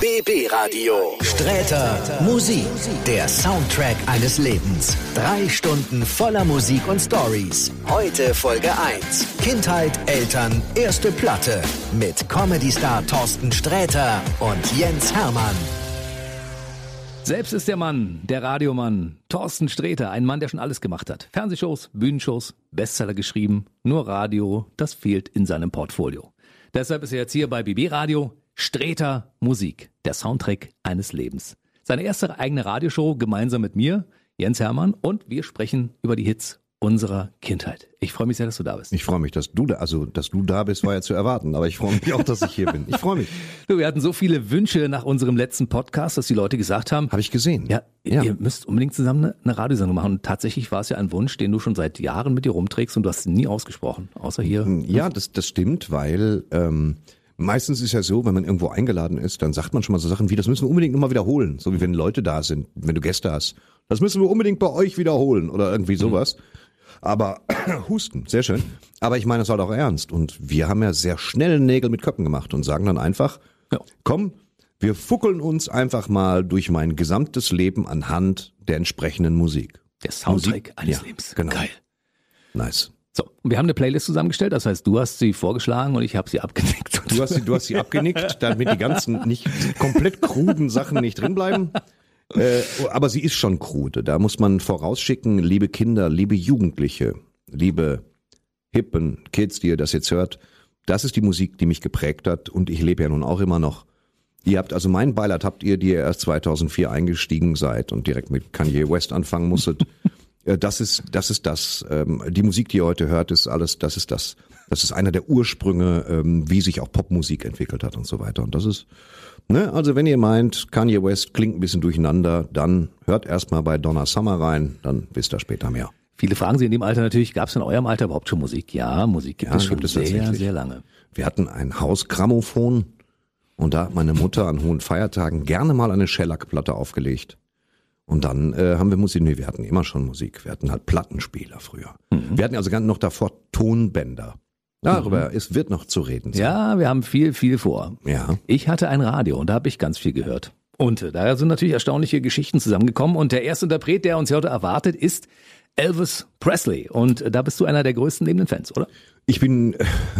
BB Radio. Sträter Musik, der Soundtrack eines Lebens. 3 Stunden voller Musik und Stories. Heute Folge 1. Kindheit, Eltern, erste Platte. Mit Comedy-Star Thorsten Sträter und Jens Hermann. Selbst ist der Mann, der Radiomann, Thorsten Sträter, ein Mann, der schon alles gemacht hat. Fernsehshows, Bühnenshows, Bestseller geschrieben, nur Radio, das fehlt in seinem Portfolio. Deshalb ist er jetzt hier bei BB Radio, Sträter Musik, der Soundtrack eines Lebens. Seine erste eigene Radioshow gemeinsam mit mir, Jens Hermann, und wir sprechen über die Hits unserer Kindheit. Ich freue mich sehr, dass du da bist. Ich freue mich, dass du da bist, war ja zu erwarten, aber ich freue mich auch, dass ich hier bin. Ich freue mich. Du, wir hatten so viele Wünsche nach unserem letzten Podcast, dass die Leute gesagt haben, habe ich gesehen. Ja, ihr müsst unbedingt zusammen eine Radiosendung machen. Und tatsächlich war es ja ein Wunsch, den du schon seit Jahren mit dir rumträgst und du hast ihn nie ausgesprochen, außer hier. Ja, das stimmt, weil meistens ist ja so, wenn man irgendwo eingeladen ist, dann sagt man schon mal so Sachen wie, das müssen wir unbedingt nochmal wiederholen. So wie wenn Leute da sind, wenn du Gäste hast. Das müssen wir unbedingt bei euch wiederholen oder irgendwie sowas. Aber Husten, sehr schön. Aber ich meine es halt auch ernst. Und wir haben ja sehr schnell Nägel mit Köppen gemacht und sagen dann einfach, komm, wir fuckeln uns einfach mal durch mein gesamtes Leben anhand der entsprechenden Musik. Der Soundtrack eines Lebens. Genau. Geil. Nice. So, und wir haben eine Playlist zusammengestellt, das heißt, du hast sie vorgeschlagen und ich habe sie abgenickt. Du hast sie abgenickt, damit die ganzen nicht komplett kruden Sachen nicht drin bleiben. Aber sie ist schon krude. Da muss man vorausschicken, liebe Kinder, liebe Jugendliche, liebe hippen Kids, die ihr das jetzt hört, das ist die Musik, die mich geprägt hat und ich lebe ja nun auch immer noch. Ihr habt also mein Beileid habt ihr, die ihr erst 2004 eingestiegen seid und direkt mit Kanye West anfangen musstet. Das ist das. Die Musik, die ihr heute hört, ist alles. Das ist einer der Ursprünge, wie sich auch Popmusik entwickelt hat und so weiter. Und das ist, ne, also wenn ihr meint, Kanye West klingt ein bisschen durcheinander, dann hört erstmal bei Donna Summer rein, dann wisst ihr später mehr. Viele fragen sich in dem Alter natürlich, gab es in eurem Alter überhaupt schon Musik? Ja, Musik gibt es schon sehr, sehr lange. Wir hatten ein Hausgrammophon und da hat meine Mutter an hohen Feiertagen gerne mal eine Shellac-Platte aufgelegt. Und dann haben wir Musik, wir hatten immer schon Musik, wir hatten halt Plattenspieler früher. Wir hatten also ganz noch davor Tonbänder. Darüber wird noch zu reden sein. Ja, wir haben viel vor. Ja. Ich hatte ein Radio und da habe ich ganz viel gehört. Und da sind natürlich erstaunliche Geschichten zusammengekommen und der erste Interpret, der uns heute erwartet, ist Elvis Presley. Und da bist du einer der größten lebenden Fans, oder? Ich bin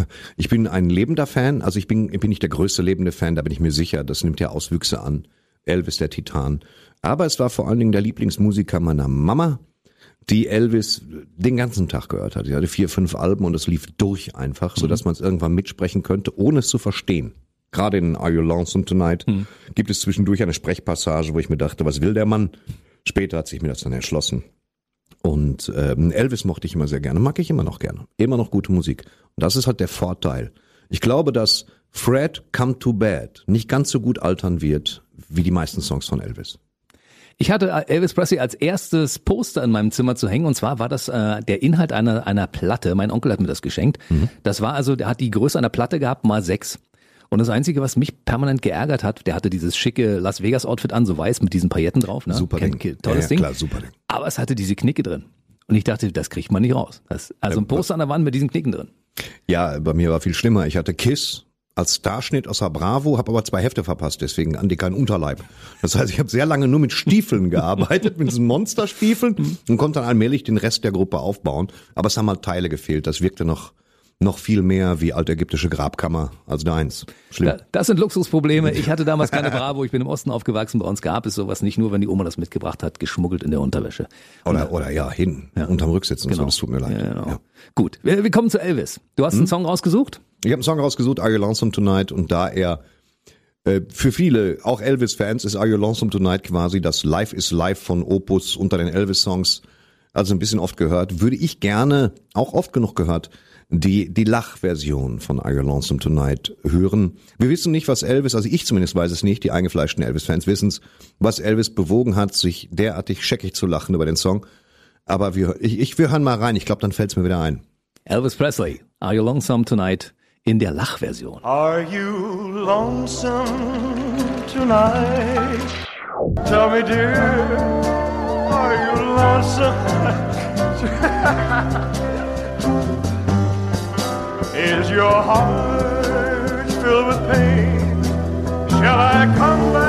ein lebender Fan, also ich bin nicht der größte lebende Fan, da bin ich mir sicher, das nimmt ja Auswüchse an. Elvis, der Titan. Aber es war vor allen Dingen der Lieblingsmusiker meiner Mama, die Elvis den ganzen Tag gehört hat. Sie hatte 4, 5 Alben und es lief durch einfach, sodass man es irgendwann mitsprechen könnte, ohne es zu verstehen. Gerade in Are You Lonesome Tonight gibt es zwischendurch eine Sprechpassage, wo ich mir dachte, was will der Mann? Später hat sich mir das dann erschlossen. Und Elvis mochte ich immer sehr gerne, mag ich immer noch gerne. Immer noch gute Musik. Und das ist halt der Vorteil. Ich glaube, dass Fred Come to Bed nicht ganz so gut altern wird wie die meisten Songs von Elvis. Ich hatte Elvis Presley als erstes Poster in meinem Zimmer zu hängen und zwar war das der Inhalt einer Platte. Mein Onkel hat mir das geschenkt. Das war also, der hat die Größe einer Platte gehabt mal 6. Und das Einzige, was mich permanent geärgert hat, der hatte dieses schicke Las Vegas Outfit an, so weiß mit diesen Pailletten drauf. Ne? Super Ding. Tolles Ding. Klar, super Ding. Aber es hatte diese Knicke drin. Und ich dachte, das kriegt man nicht raus. Also ein Poster an der Wand mit diesen Knicken drin. Ja, bei mir war viel schlimmer. Ich hatte Kiss als Starschnitt aus der Bravo, habe aber 2 Hefte verpasst, deswegen an die keinen Unterleib. Das heißt, ich habe sehr lange nur mit Stiefeln gearbeitet, mit diesen Monsterstiefeln und konnte dann allmählich den Rest der Gruppe aufbauen. Aber es haben halt Teile gefehlt. Das wirkte noch viel mehr wie altägyptische Grabkammer als deins. Schlimm. Das sind Luxusprobleme. Ich hatte damals keine Bravo. Ich bin im Osten aufgewachsen. Bei uns gab es sowas nicht, nur wenn die Oma das mitgebracht hat, geschmuggelt in der Unterwäsche. Oder ja, hinten, unterm Rücksitzen. Genau. So, das tut mir leid. Ja, genau. Ja. Gut, wir kommen zu Elvis. Du hast einen Song rausgesucht? Ich habe einen Song rausgesucht, Are You Lonesome Tonight? Und da er für viele, auch Elvis-Fans, ist Are You Lonesome Tonight quasi das Life is Life von Opus unter den Elvis-Songs. Also ein bisschen oft gehört. Würde ich gerne, auch oft genug gehört, die Lachversion von Are You Lonesome Tonight hören. Wir wissen nicht, was Elvis, also ich zumindest weiß es nicht, die eingefleischten Elvis-Fans wissen es, was Elvis bewogen hat, sich derartig scheckig zu lachen über den Song. Aber wir hören mal rein, ich glaube, dann fällt es mir wieder ein. Elvis Presley, Are You Lonesome Tonight in der Lachversion. Are you lonesome tonight? Tell me dear, are you lonesome? Is your heart filled with pain? Shall I come back?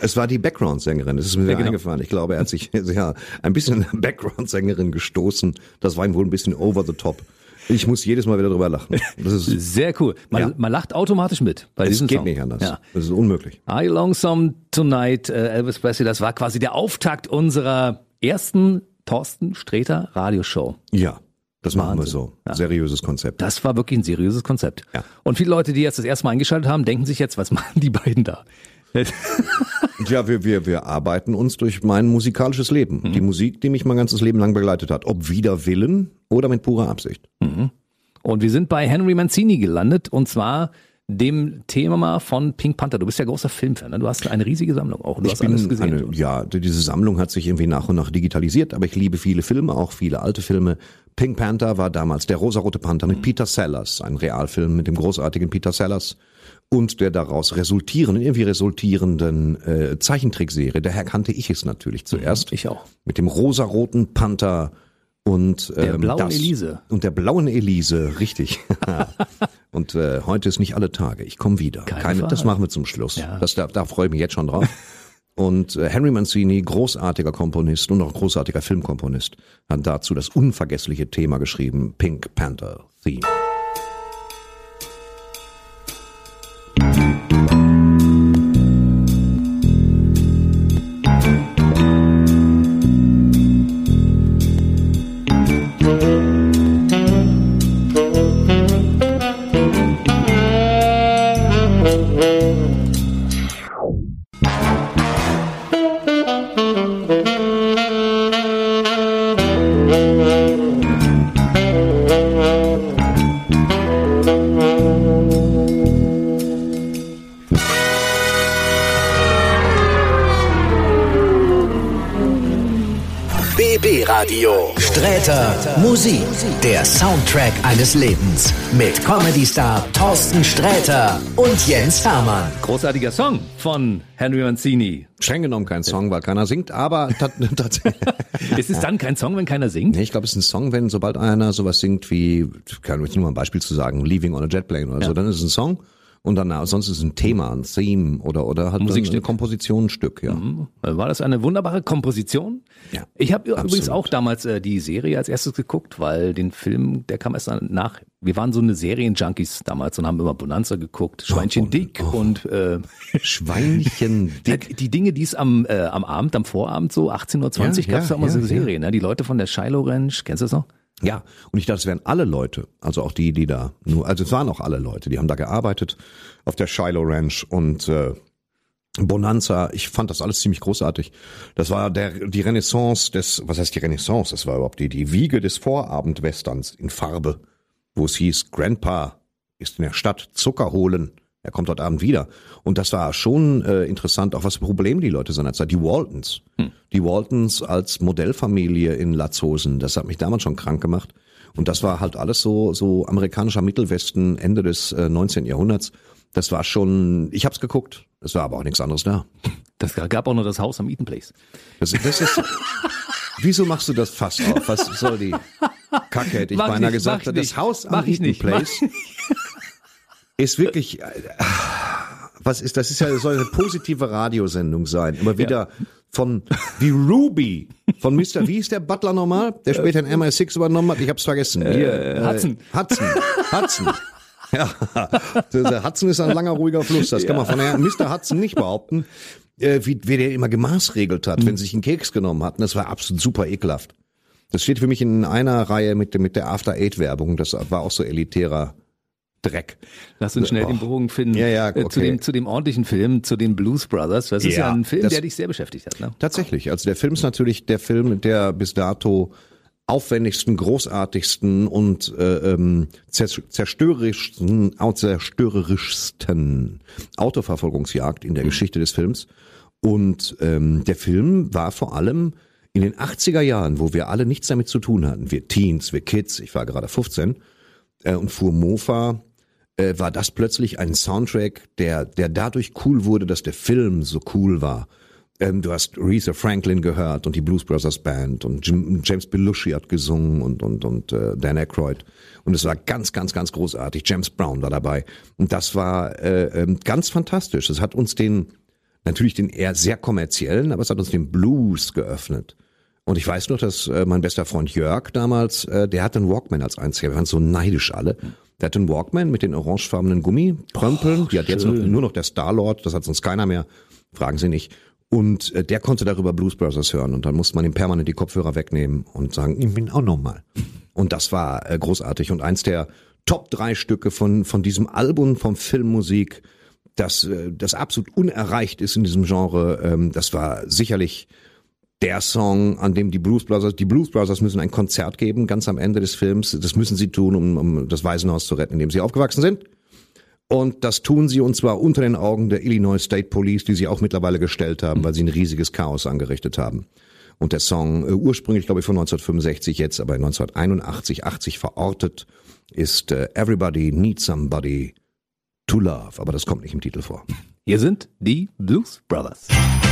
Es war die Background-Sängerin, das ist mir wieder genau. eingefallen. Ich glaube, er hat sich ein bisschen in der Background-Sängerin gestoßen. Das war ihm wohl ein bisschen over the top. Ich muss jedes Mal wieder drüber lachen. Das ist, Sehr cool. Man lacht automatisch mit bei es diesem geht Song. nicht anders. Ja. Das ist unmöglich. Are You Lonesome Tonight, Elvis Presley, das war quasi der Auftakt unserer ersten Thorsten Sträter Radioshow. Ja, das machen wir Wahnsinn. so. Ja. Seriöses Konzept. Das war wirklich ein seriöses Konzept. Ja. Und viele Leute, die jetzt das erste Mal eingeschaltet haben, denken sich jetzt, was machen die beiden da? Ja, wir arbeiten uns durch mein musikalisches Leben. Die Musik, die mich mein ganzes Leben lang begleitet hat. Ob wider Willen oder mit purer Absicht. Und wir sind bei Henry Mancini gelandet, und zwar dem Thema von Pink Panther. Du bist ja großer Filmfan, ne? Du hast eine riesige Sammlung auch. Du hast alles gesehen. Diese Sammlung hat sich irgendwie nach und nach digitalisiert, aber ich liebe viele Filme, auch viele alte Filme. Pink Panther war damals der rosarote Panther mit Peter Sellers, ein Realfilm mit dem großartigen Peter Sellers und der daraus resultierenden Zeichentrickserie. Daher kannte ich es natürlich zuerst. Ich auch. Mit dem rosaroten Panther und Der blauen Elise. Und der blauen Elise, richtig. Und heute ist nicht alle Tage. Ich komme wieder. Keine Frage. Das machen wir zum Schluss. Ja. Da freue ich mich jetzt schon drauf. Und Henry Mancini, großartiger Komponist und auch großartiger Filmkomponist, hat dazu das unvergessliche Thema geschrieben, Pink Panther Theme. BB Radio. Sträter Musik. Der Soundtrack eines Lebens. Mit Comedy-Star Thorsten Sträter und Jens Hermann. Großartiger Song von Henry Mancini. Streng genommen kein Song, weil keiner singt, aber tatsächlich. Ist es dann kein Song, wenn keiner singt? Nee, ich glaube, es ist ein Song, wenn sobald einer sowas singt wie, kann ich nur mal ein Beispiel zu sagen, Leaving on a Jet Plane oder so, dann ist es ein Song. Und dann, sonst ist es ein Thema, ein Theme oder halt Musikstück. eine Komposition, ein Stück, ja. War das eine wunderbare Komposition? Ja, Ich habe übrigens absolut. auch damals die Serie als erstes geguckt, weil den Film, der kam erst nach. Wir waren so eine Serienjunkies damals und haben immer Bonanza geguckt, Schweinchen Dick und Schweinchen dick. die Dinge, die es am Abend, am Vorabend so 18:20 Uhr Ja, gab es da immer ja, so ja. Serien, ne? Die Leute von der Shiloh Ranch, kennst du das noch? Ja, und ich dachte, es wären alle Leute, also auch die da also es waren auch alle Leute, die haben da gearbeitet auf der Shiloh Ranch und Bonanza. Ich fand das alles ziemlich großartig. Das war die Renaissance was heißt die Renaissance? Das war überhaupt die Wiege des Vorabendwesterns in Farbe, wo es hieß, Grandpa ist in der Stadt Zucker holen. Er kommt heute Abend wieder. Und das war schon interessant, auch was für Probleme die Leute seinerzeit. Die Waltons. Die Waltons als Modellfamilie in Latzhosen. Das hat mich damals schon krank gemacht. Und das war halt alles so amerikanischer Mittelwesten, Ende des 19. Jahrhunderts. Das war schon, ich hab's geguckt. Es war aber auch nichts anderes da. Das gab auch noch das Haus am Eaton Place. Das ist, wieso machst du das Fass auf? Was soll die Kacke, hätte ich Mach beinahe nicht, gesagt. mach Das nicht. Haus am Mach ich Eaton nicht. Place ist wirklich, das ist ja, soll eine positive Radiosendung sein. Immer wieder wie Ruby, von Mr., wie ist der Butler nochmal? Der später in MI6 übernommen hat, ich hab's vergessen. Hudson. Hudson. Ja, der Hudson ist ein langer, ruhiger Fluss, das kann man von Mr. Hudson nicht behaupten, wie der immer gemaßregelt hat, wenn sie sich einen Keks genommen hatten. Das war absolut super ekelhaft. Das steht für mich in einer Reihe mit der After-Eight-Werbung, das war auch so elitärer Dreck. Lass uns schnell den Bogen finden Ja, okay. zu dem ordentlichen Film, zu den Blues Brothers. Das ist ja ein Film, der dich sehr beschäftigt hat. Ne? Tatsächlich, also der Film ist natürlich der Film der bis dato aufwendigsten, großartigsten und zerstörerischsten Autoverfolgungsjagd in der Geschichte des Films. Und der Film war vor allem in den 80er Jahren, wo wir alle nichts damit zu tun hatten, wir Teens, wir Kids, ich war gerade 15 und fuhr Mofa, war das plötzlich ein Soundtrack, der dadurch cool wurde, dass der Film so cool war. Du hast Aretha Franklin gehört und die Blues Brothers Band und James Belushi hat gesungen und Dan Aykroyd. Und es war ganz, ganz, ganz großartig. James Brown war dabei. Und das war ganz fantastisch. Es hat uns den natürlich den eher sehr kommerziellen, aber es hat uns den Blues geöffnet. Und ich weiß noch, dass mein bester Freund Jörg damals, der hatte einen Walkman als einziger. Wir waren so neidisch alle. Der hatte einen Walkman mit den orangefarbenen Gummikrömpeln. Die hat jetzt nur noch der Star-Lord, das hat sonst keiner mehr. Fragen Sie nicht. Und der konnte darüber Blues Brothers hören. Und dann musste man ihm permanent die Kopfhörer wegnehmen und sagen, ich bin auch nochmal. Und das war großartig. Und eins der Top 3 Stücke von diesem Album, vom Filmmusik, das absolut unerreicht ist in diesem Genre, das war sicherlich der Song, an dem die Blues Brothers müssen ein Konzert geben, ganz am Ende des Films. Das müssen sie tun, um das Waisenhaus zu retten, in dem sie aufgewachsen sind. Und das tun sie, und zwar unter den Augen der Illinois State Police, die sie auch mittlerweile gestellt haben, weil sie ein riesiges Chaos angerichtet haben. Und der Song, ursprünglich glaube ich von 1965, jetzt aber 1981, 80 verortet, ist Everybody Needs Somebody to Love. Aber das kommt nicht im Titel vor. Hier sind die Blues Brothers.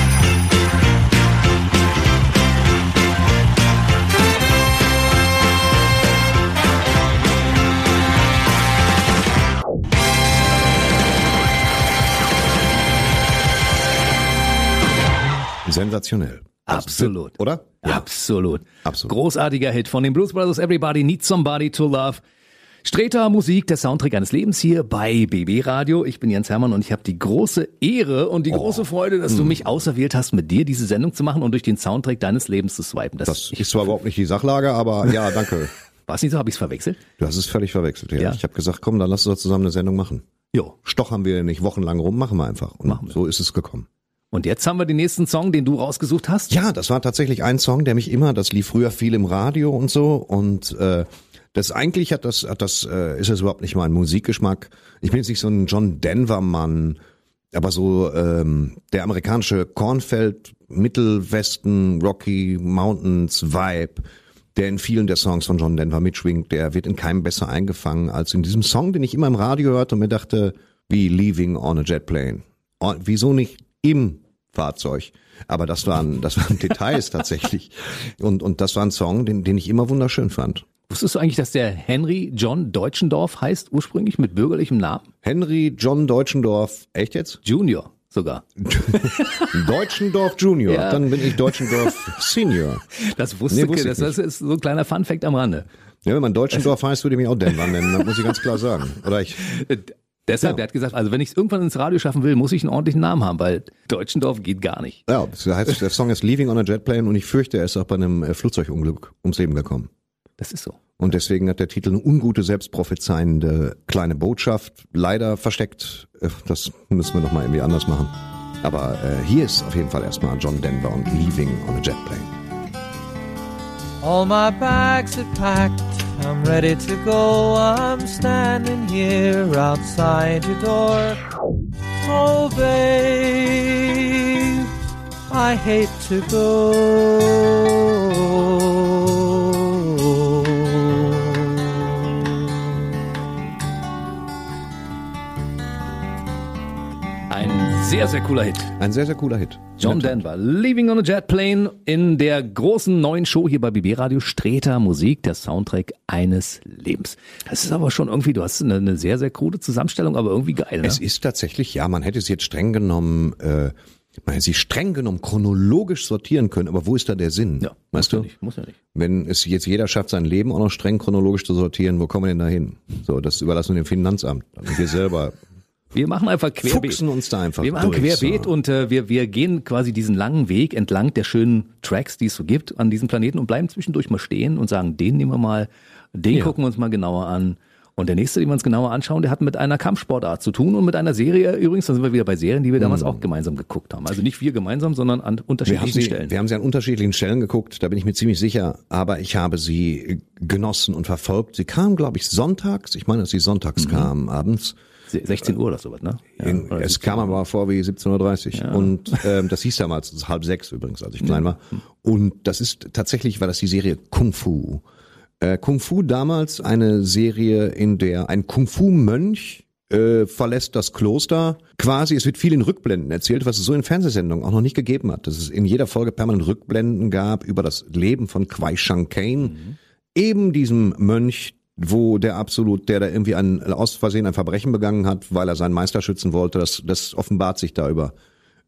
Sensationell. Absolut. Oder? Ja. Absolut. Absolut. Großartiger Hit von den Blues Brothers, Everybody Needs Somebody to Love. Streter Musik, der Soundtrack eines Lebens hier bei BB Radio. Ich bin Jens Hermann und ich habe die große Ehre und die große Freude, dass du mich auserwählt hast, mit dir diese Sendung zu machen und durch den Soundtrack deines Lebens zu swipen. Das ist zwar überhaupt nicht die Sachlage, aber ja, danke. War es nicht so? Habe ich es verwechselt? Du hast es völlig verwechselt, ja. Ja. Ich habe gesagt, komm, dann lass uns doch zusammen eine Sendung machen. Jo. Stochern wir nicht wochenlang rum, machen wir einfach. Und Machen wir. so ist es gekommen. Und jetzt haben wir den nächsten Song, den du rausgesucht hast. Ja, das war tatsächlich ein Song, der mich immer, das lief früher viel im Radio und so, und das eigentlich ist es überhaupt nicht mein Musikgeschmack. Ich bin jetzt nicht so ein John Denver Mann, aber so der amerikanische Kornfeld, Mittelwesten, Rocky Mountains Vibe, der in vielen der Songs von John Denver mitschwingt, der wird in keinem besser eingefangen als in diesem Song, den ich immer im Radio hörte und mir dachte, wie Leaving on a Jet Plane. Wieso nicht im Fahrzeug? Aber das waren Details tatsächlich. Und das war ein Song, den ich immer wunderschön fand. Wusstest du eigentlich, dass der Henry John Deutschendorf heißt, ursprünglich mit bürgerlichem Namen? Henry John Deutschendorf, echt jetzt? Junior sogar. Deutschendorf Junior, Ja. Dann bin ich Deutschendorf Senior. Das wusste Nee, ich, ich das ist so ein kleiner Funfact am Rande. Ja, wenn man Deutschendorf heißt, würde ich mich auch Denver nennen, das muss ich ganz klar sagen. Oder ich, Deshalb, Ja. der hat gesagt, also wenn ich es irgendwann ins Radio schaffen will, muss ich einen ordentlichen Namen haben, weil Deutschendorf geht gar nicht. ja, das heißt, der Song ist Leaving on a Jet Plane und ich fürchte, er ist auch bei einem Flugzeugunglück ums Leben gekommen. Das ist so. Und deswegen hat der Titel eine ungute, selbstprophezeiende kleine Botschaft, leider versteckt. Das müssen wir nochmal irgendwie anders machen. Aber hier ist auf jeden Fall erstmal John Denver und Leaving on a Jet Plane. All my bags are packed, I'm ready to go. I'm standing here outside your door. Oh, babe, I hate to go. Ein sehr, sehr cooler Hit. Ein sehr, sehr cooler Hit. John Denver, Leaving on a Jet Plane in der großen neuen Show hier bei BB Radio, Streter Musik, der Soundtrack eines Lebens. Das ist aber schon irgendwie, du hast eine sehr, sehr krude Zusammenstellung, aber irgendwie geil, ne? Es ist tatsächlich, ja, man hätte es jetzt streng genommen, chronologisch sortieren können, aber wo ist da der Sinn? Ja, weißt du? Muss ja nicht. Wenn es jetzt jeder schafft, sein Leben auch noch streng chronologisch zu sortieren, wo kommen wir denn da hin? So, das überlassen wir dem Finanzamt. Also wir selber Wir machen einfach querbeet. fuchsen uns da einfach Wir machen durch, querbeet so. und wir gehen quasi diesen langen Weg entlang der schönen Tracks, die es so gibt an diesem Planeten und bleiben zwischendurch mal stehen und sagen, den nehmen wir mal, den Ja. gucken wir uns mal genauer an. Und der nächste, den wir uns genauer anschauen, der hat mit einer Kampfsportart zu tun und mit einer Serie übrigens, da sind wir wieder bei Serien, die wir damals auch gemeinsam geguckt haben. Also nicht wir gemeinsam, sondern an unterschiedlichen Stellen. Wir haben sie an unterschiedlichen Stellen geguckt, da bin ich mir ziemlich sicher, aber ich habe sie genossen und verfolgt. Sie kam, glaube ich, sonntags, ich meine, dass sie sonntags kam, abends. 16 Uhr oder sowas, ne? Ja, oder Es 17 kam aber vor wie 17.30 Uhr. Und das hieß damals 5:30 übrigens, als ich klein war. Und das ist tatsächlich, war das die Serie Kung Fu. Kung Fu damals eine Serie, in der ein Kung Fu Mönch verlässt das Kloster. Quasi, es wird viel in Rückblenden erzählt, was es so in Fernsehsendungen auch noch nicht gegeben hat. Dass es in jeder Folge permanent Rückblenden gab über das Leben von Kwai Chang Caine. Eben diesem Mönch, der da irgendwie aus Versehen ein Verbrechen begangen hat, weil er seinen Meister schützen wollte. Das offenbart sich da über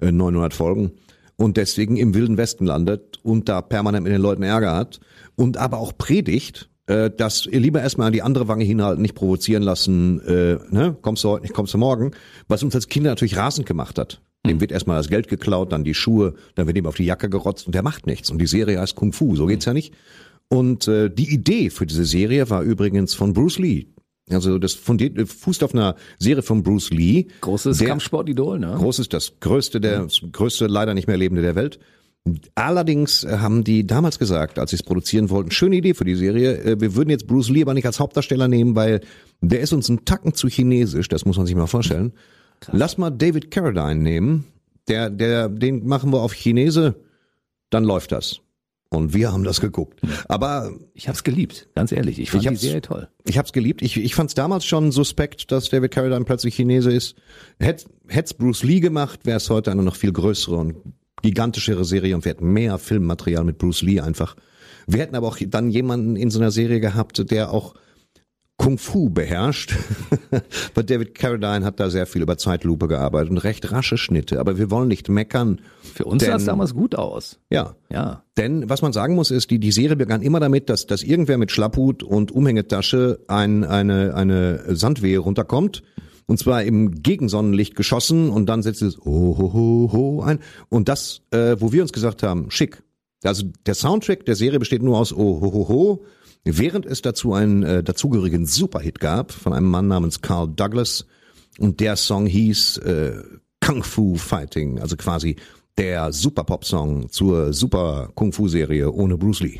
900 Folgen und deswegen im Wilden Westen landet und da permanent mit den Leuten Ärger hat und aber auch predigt, dass ihr lieber erstmal an die andere Wange hinhalten, nicht provozieren lassen, kommst du heute nicht, kommst du morgen, was uns als Kinder natürlich rasend gemacht hat. Dem wird erstmal das Geld geklaut, dann die Schuhe, dann wird ihm auf die Jacke gerotzt und der macht nichts. Und die Serie heißt Kung Fu, so geht's ja nicht. Und die Idee für diese Serie war übrigens von Bruce Lee. Also das fußt auf einer Serie von Bruce Lee. Großes Kampfsportidol, ne? Das größte leider nicht mehr Lebende der Welt. Allerdings haben die damals gesagt, als sie es produzieren wollten, schöne Idee für die Serie, wir würden jetzt Bruce Lee aber nicht als Hauptdarsteller nehmen, weil der ist uns einen Tacken zu chinesisch, das muss man sich mal vorstellen. Krass. Lass mal David Carradine nehmen, den machen wir auf Chinese, dann läuft das. Und wir haben das geguckt. Aber ich hab's geliebt, ganz ehrlich. Ich fand die Serie toll. Ich hab's geliebt. Ich fand's damals schon suspekt, dass David Carradine plötzlich Chinese ist. Hätt's Bruce Lee gemacht, wäre es heute eine noch viel größere und gigantischere Serie und wir hätten mehr Filmmaterial mit Bruce Lee einfach. Wir hätten aber auch dann jemanden in so einer Serie gehabt, der auch Kung Fu beherrscht. Weil David Carradine hat da sehr viel über Zeitlupe gearbeitet und recht rasche Schnitte. Aber wir wollen nicht meckern. Für uns sah es damals gut aus. Ja. Denn was man sagen muss ist, die Serie begann immer damit, dass irgendwer mit Schlapphut und Umhängetasche eine Sandwehe runterkommt. Und zwar im Gegensonnenlicht geschossen und dann setzt es ein. Und das, wo wir uns gesagt haben, schick. Also der Soundtrack der Serie besteht nur aus während es dazu einen dazugehörigen Superhit gab von einem Mann namens Carl Douglas und der Song hieß Kung Fu Fighting, also quasi der Super-Pop-Song zur Super-Kung-Fu-Serie ohne Bruce Lee.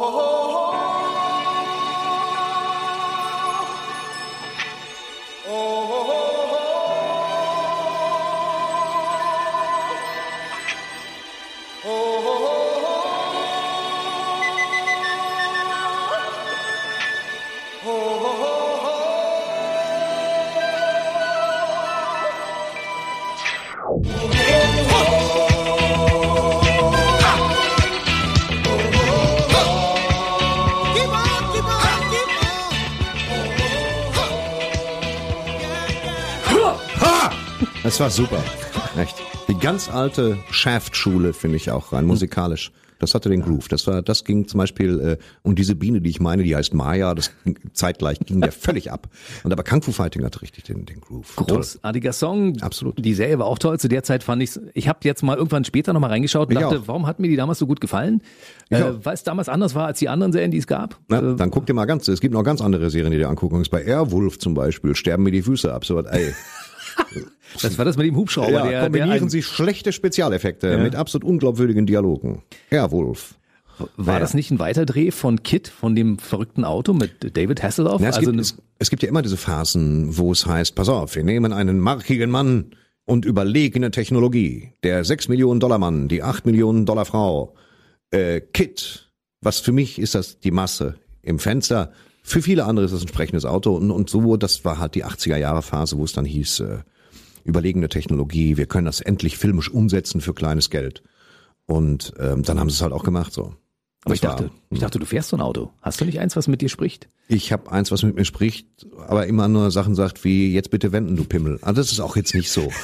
Das war super, echt. Die ganz alte Shaft-Schule finde ich auch rein, musikalisch. Das hatte den Groove. Das ging zum Beispiel, und diese Biene, die ich meine, die heißt Maya, das zeitgleich ging der völlig ab. Und aber Kung Fu Fighting hatte richtig den Groove. Großartiger Song. Absolut. Die Serie war auch toll. Zu der Zeit fand ich habe jetzt mal irgendwann später nochmal reingeschaut und dachte, warum hat mir die damals so gut gefallen? Weil es damals anders war als die anderen Serien, die es gab. Na, dann guck dir mal es gibt noch ganz andere Serien, die dir angucken. Bei Airwolf zum Beispiel sterben mir die Füße ab. So was, ey. Das war das mit dem Hubschrauber. Ja, kombinieren Sie schlechte Spezialeffekte mit absolut unglaubwürdigen Dialogen. Airwolf. War das nicht ein Weiterdreh von Kid, von dem verrückten Auto mit David Hasselhoff? Ja, es gibt ja immer diese Phasen, wo es heißt, pass auf, wir nehmen einen markigen Mann und überlegene Technologie. Der 6 Millionen Dollar Mann, die 8 Millionen Dollar Frau. Kid, was für mich ist das die Masse im Fenster. Für viele andere ist das ein sprechendes Auto und so, das war halt die 80er Jahre Phase, wo es dann hieß, überlegene Technologie, wir können das endlich filmisch umsetzen für kleines Geld. Und dann haben sie es halt auch gemacht so. Aber ich dachte, du fährst so ein Auto. Hast du nicht eins, was mit dir spricht? Ich habe eins, was mit mir spricht, aber immer nur Sachen sagt wie, jetzt bitte wenden, du Pimmel. Also das ist auch jetzt nicht so.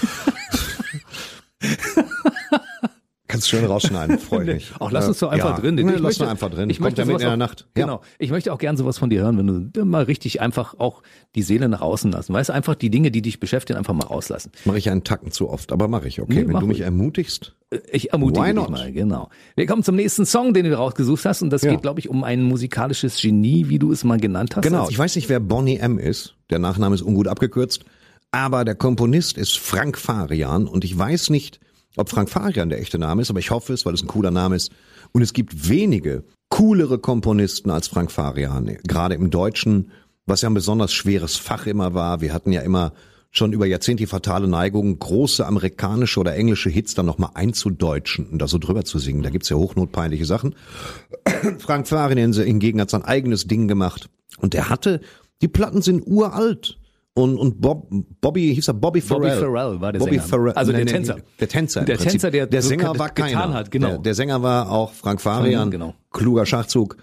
Kannst du schön rausschneiden, freue ich mich. Auch lass uns doch einfach drin. Lass uns einfach drin. Kommt ja mit in der Nacht. Ja. Genau. Ich möchte auch gern sowas von dir hören, wenn du mal richtig einfach auch die Seele nach außen lassen. Weißt du, einfach die Dinge, die dich beschäftigen, einfach mal rauslassen. Mache ich einen Tacken zu oft, aber mache ich, okay. Wenn du mich ermutigst. Ich ermutige dich mal, genau. Wir kommen zum nächsten Song, den du rausgesucht hast und das geht, glaube ich, um ein musikalisches Genie, wie du es mal genannt hast. Genau, ich weiß nicht, wer Boney M. ist. Der Nachname ist ungut abgekürzt. Aber der Komponist ist Frank Farian und ich weiß nicht, ob Frank Farian der echte Name ist, aber ich hoffe es, weil es ein cooler Name ist. Und es gibt wenige coolere Komponisten als Frank Farian, gerade im Deutschen, was ja ein besonders schweres Fach immer war. Wir hatten ja immer schon über Jahrzehnte die fatale Neigung, große amerikanische oder englische Hits dann nochmal einzudeutschen und da so drüber zu singen. Da gibt's ja hochnotpeinliche Sachen. Frank Farian hingegen hat sein eigenes Ding gemacht und die Platten sind uralt. Und Bobby Farrell. Bobby Farrell war der Sänger. Farrell, also der Tänzer. Der Tänzer. Der Tänzer, der so Sänger war keiner. Getan hat, genau. Der Sänger war auch Frank Farian. Genau. Kluger Schachzug.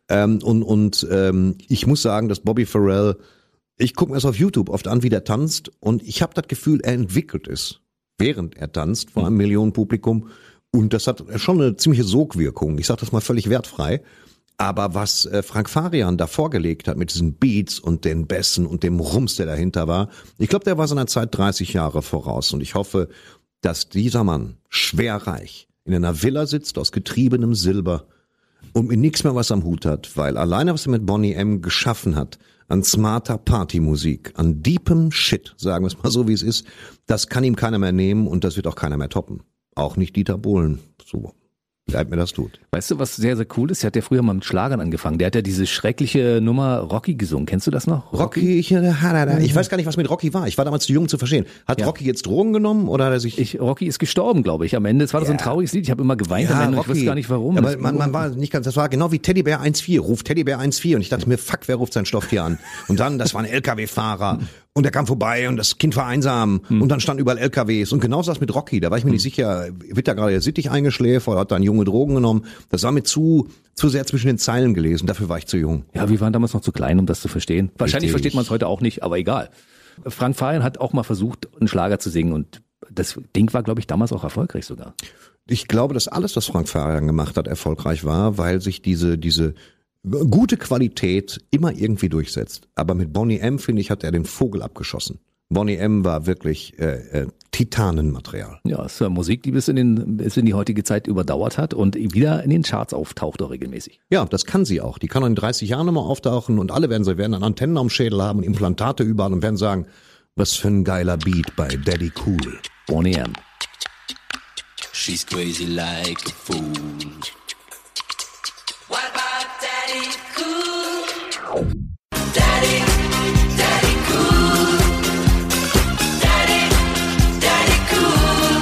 Ich muss sagen, dass Bobby Farrell, ich gucke mir das auf YouTube oft an, wie der tanzt und ich habe das Gefühl, er entwickelt es. während er tanzt vor einem Millionenpublikum. Und das hat schon eine ziemliche Sogwirkung. Ich sage das mal völlig wertfrei. Aber was Frank Farian da vorgelegt hat mit diesen Beats und den Bässen und dem Rums, der dahinter war, ich glaube, der war seiner Zeit 30 Jahre voraus. Und ich hoffe, dass dieser Mann schwer reich in einer Villa sitzt aus getriebenem Silber und mit nichts mehr was am Hut hat, weil alleine, was er mit Boney M. geschaffen hat, an smarter Partymusik, an deepem Shit, sagen wir es mal so, wie es ist, das kann ihm keiner mehr nehmen und das wird auch keiner mehr toppen. Auch nicht Dieter Bohlen. So leid mir das tut. Weißt du, was sehr, sehr cool ist? Der hat ja früher mal mit Schlagern angefangen. Der hat ja diese schreckliche Nummer Rocky gesungen. Kennst du das noch? Rocky, ich weiß gar nicht, was mit Rocky war. Ich war damals zu jung zu verstehen. Hat Rocky jetzt Drogen genommen oder hat er sich... Rocky ist gestorben, glaube ich. Am Ende, es war so ein trauriges Lied. Ich habe immer geweint am Ende. Ich weiß gar nicht warum. Aber man war nicht ganz, das war genau wie Teddybär 1.4. Ruft Teddybär 1.4. Und ich dachte mir, fuck, wer ruft sein Stofftier an? Und dann, das war ein LKW-Fahrer. Und der kam vorbei und das Kind war einsam. Und dann standen überall LKWs. Und genauso das mit Rocky. Da war ich mir nicht sicher, wird da gerade der Sittich eingeschläfert oder hat da ein Junge Drogen genommen? Das war mir zu sehr zwischen den Zeilen gelesen. Dafür war ich zu jung. Ja, wir waren damals noch zu klein, um das zu verstehen. Wahrscheinlich Richtig. versteht man es heute auch nicht, aber egal. Frank Farian hat auch mal versucht, einen Schlager zu singen und das Ding war, glaube ich, damals auch erfolgreich sogar. Ich glaube, dass alles, was Frank Farian gemacht hat, erfolgreich war, weil sich diese gute Qualität immer irgendwie durchsetzt. Aber mit Boney M., finde ich, hat er den Vogel abgeschossen. Boney M. war wirklich Titanenmaterial. Ja, es war Musik, die bis in die heutige Zeit überdauert hat und wieder in den Charts auftaucht auch regelmäßig. Ja, das kann sie auch. Die kann auch in 30 Jahren nochmal auftauchen und alle werden dann Antennen am Schädel haben und Implantate überall und werden sagen, was für ein geiler Beat bei Daddy Cool. Boney M. She's crazy like a fool. What about Daddy Cool? Daddy Cool. Daddy Cool.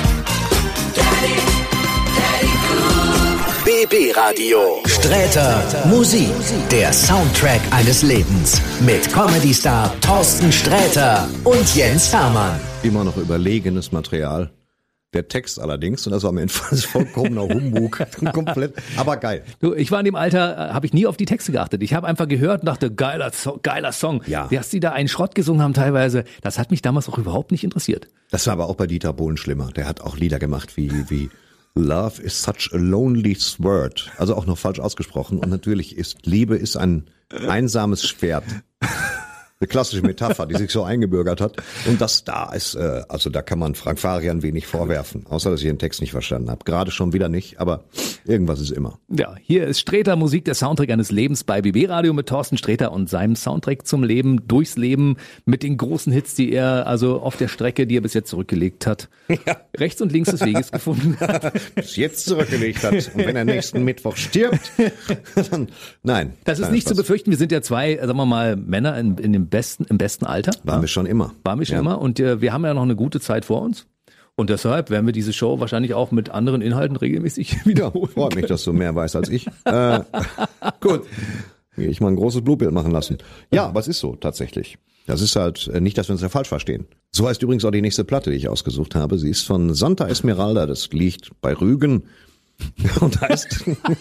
Daddy Cool. BB Radio. Sträter Musik. Der Soundtrack eines Lebens. Mit Comedy-Star Thorsten Sträter und Jens Hermann. Immer noch überlegenes Material. Der Text allerdings, und das war mir ein vollkommener Humbug, komplett, aber geil. Du, ich war in dem Alter, habe ich nie auf die Texte geachtet. Ich habe einfach gehört und dachte, geiler Song. Ja. Dass die da einen Schrott gesungen haben teilweise, das hat mich damals auch überhaupt nicht interessiert. Das war aber auch bei Dieter Bohlen schlimmer. Der hat auch Lieder gemacht wie Love is such a lonely word. Also auch noch falsch ausgesprochen. Und natürlich ist Liebe ist ein einsames Schwert. Eine klassische Metapher, die sich so eingebürgert hat. Und das da ist, also da kann man Frank Farian wenig vorwerfen. Außer, dass ich den Text nicht verstanden habe. Gerade schon wieder nicht, aber irgendwas ist immer. Ja, hier ist Sträter Musik, der Soundtrack eines Lebens bei BB Radio mit Thorsten Sträter und seinem Soundtrack zum Leben, durchs Leben mit den großen Hits, die er also auf der Strecke, die er bis jetzt zurückgelegt hat, rechts und links des Weges gefunden hat. Bis jetzt zurückgelegt hat. Und wenn er nächsten Mittwoch stirbt, dann, nein. Das ist nicht zu befürchten. Wir sind ja zwei, sagen wir mal, Männer im besten Alter. Waren wir schon immer. Immer. Und wir haben ja noch eine gute Zeit vor uns. Und deshalb werden wir diese Show wahrscheinlich auch mit anderen Inhalten regelmäßig wiederholen. Freut mich, dass du mehr weißt als ich. Gut. Ich mal ein großes Blutbild machen lassen. Ja, aber es ist so tatsächlich. Das ist halt nicht, dass wir uns ja falsch verstehen. So heißt übrigens auch die nächste Platte, die ich ausgesucht habe. Sie ist von Santa Esmeralda. Das liegt bei Rügen. Und heißt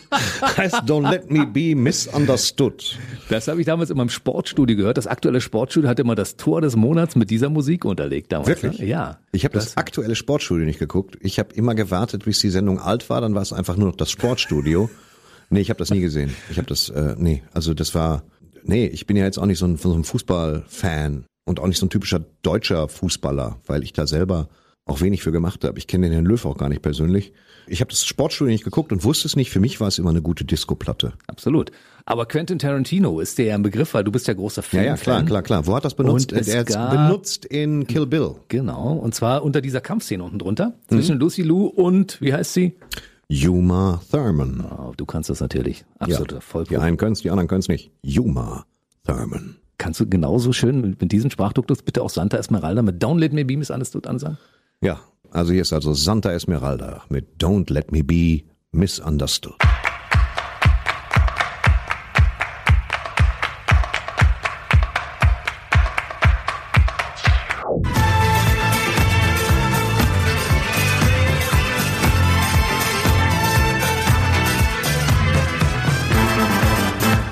Don't Let Me Be Misunderstood. Das habe ich damals in meinem Sportstudio gehört. Das aktuelle Sportstudio hat immer das Tor des Monats mit dieser Musik unterlegt damals. Wirklich? Ne? Ja. Ich habe das aktuelle Sportstudio nicht geguckt. Ich habe immer gewartet, bis die Sendung alt war. Dann war es einfach nur noch das Sportstudio. Nee, ich habe das nie gesehen. Ich habe das, ich bin ja jetzt auch nicht so ein Fußballfan und auch nicht so ein typischer deutscher Fußballer, weil ich da selber auch wenig für gemacht habe. Ich kenne den Herrn Löw auch gar nicht persönlich. Ich habe das Sportstudio nicht geguckt und wusste es nicht. Für mich war es immer eine gute Disco-Platte. Absolut. Aber Quentin Tarantino ist dir ja ein Begriff, weil du bist ja großer Filmfan. Ja, klar. Wo hat das benutzt? Er hat es benutzt in Kill Bill. Genau. Und zwar unter dieser Kampfszene unten drunter. Zwischen Lucy Liu und, wie heißt sie? Uma Thurman. Oh, du kannst das natürlich. Absoluter Vollprofi. Die einen können es, die anderen können es nicht. Uma Thurman. Kannst du genauso schön mit diesem Sprachduktus bitte auch Santa Esmeralda mit Don't Let Me Be Misunderstood ansagen? Ja, also hier ist also Santa Esmeralda mit Don't Let Me Be Misunderstood.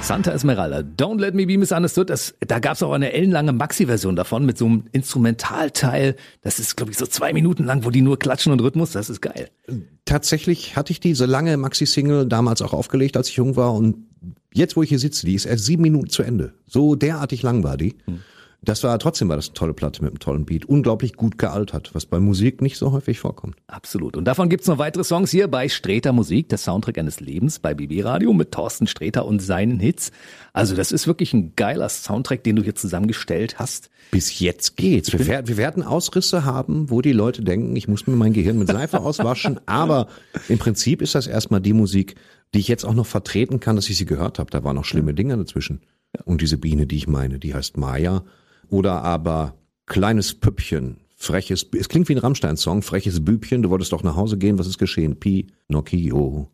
Santa Esmeralda, Don't Let Me Be Misunderstood, da gab es auch eine ellenlange Maxi-Version davon mit so einem Instrumentalteil. Das ist, glaube ich, so 2 Minuten lang, wo die nur klatschen und Rhythmus, das ist geil. Tatsächlich hatte ich diese lange Maxi-Single damals auch aufgelegt, als ich jung war, und jetzt, wo ich hier sitze, die ist erst 7 Minuten zu Ende. So derartig lang war die. Trotzdem war das eine tolle Platte mit einem tollen Beat. Unglaublich gut gealtert, was bei Musik nicht so häufig vorkommt. Absolut. Und davon gibt's noch weitere Songs hier bei Sträter Musik, der Soundtrack eines Lebens bei BB Radio mit Thorsten Sträter und seinen Hits. Also das ist wirklich ein geiler Soundtrack, den du hier zusammengestellt hast. Bis jetzt geht's. Wir werden Ausrisse haben, wo die Leute denken, ich muss mir mein Gehirn mit Seife auswaschen. Aber im Prinzip ist das erstmal die Musik, die ich jetzt auch noch vertreten kann, dass ich sie gehört habe. Da waren noch schlimme Dinge dazwischen. Und diese Biene, die ich meine, die heißt Maya. Oder aber kleines Püppchen, freches, es klingt wie ein Rammstein-Song, freches Bübchen, du wolltest doch nach Hause gehen, was ist geschehen? Pinocchio.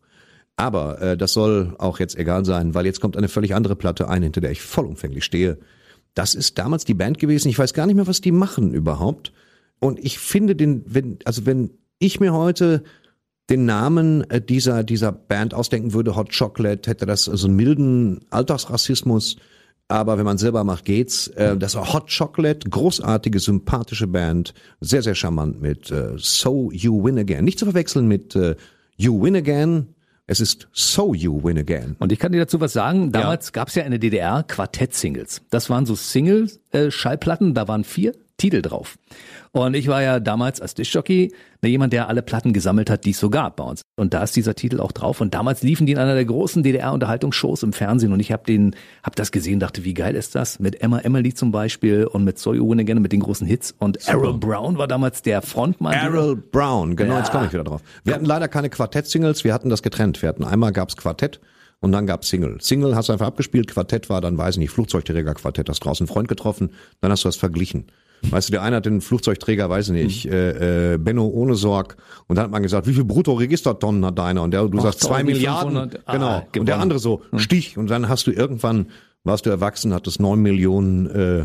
Aber das soll auch jetzt egal sein, weil jetzt kommt eine völlig andere Platte ein, hinter der ich vollumfänglich stehe. Das ist damals die Band gewesen, ich weiß gar nicht mehr, was die machen überhaupt. Und ich finde wenn ich mir heute den Namen dieser Band ausdenken würde, Hot Chocolate, hätte das so einen milden Alltagsrassismus. Aber wenn man selber macht, geht's. Das war Hot Chocolate, großartige, sympathische Band, sehr, sehr charmant mit So You Win Again. Nicht zu verwechseln mit You Win Again. Es ist So You Win Again. Und ich kann dir dazu was sagen. Damals gab's ja in der DDR Quartett-Singles. Das waren so Single-Schallplatten, da waren 4 Titel drauf. Und ich war ja damals als Diskjockey jemand, der alle Platten gesammelt hat, die es so gab bei uns. Und da ist dieser Titel auch drauf. Und damals liefen die in einer der großen DDR-Unterhaltungsshows im Fernsehen. Und ich hab das gesehen, dachte, wie geil ist das? Mit Emma Emily zum Beispiel und mit So You Win Again, mit den großen Hits. Und Errol Brown war damals der Frontmann. Errol Brown, genau, jetzt komme ich wieder drauf. Wir hatten leider keine Quartett-Singles, wir hatten das getrennt. Einmal gab's Quartett und dann gab's Single. Single hast du einfach abgespielt, Quartett war dann, weiß ich nicht, Flugzeugträger-Quartett, hast draußen einen Freund getroffen, dann hast du das verglichen. Weißt du, der eine hat den Flugzeugträger, weiß ich nicht, Benno ohne Sorg. Und dann hat man gesagt, wie viel Brutto-Registertonnen hat deiner? Und du sagst 2 Milliarden. Genau. Und der andere so, Stich. Und dann warst du erwachsen, hattest 9 Millionen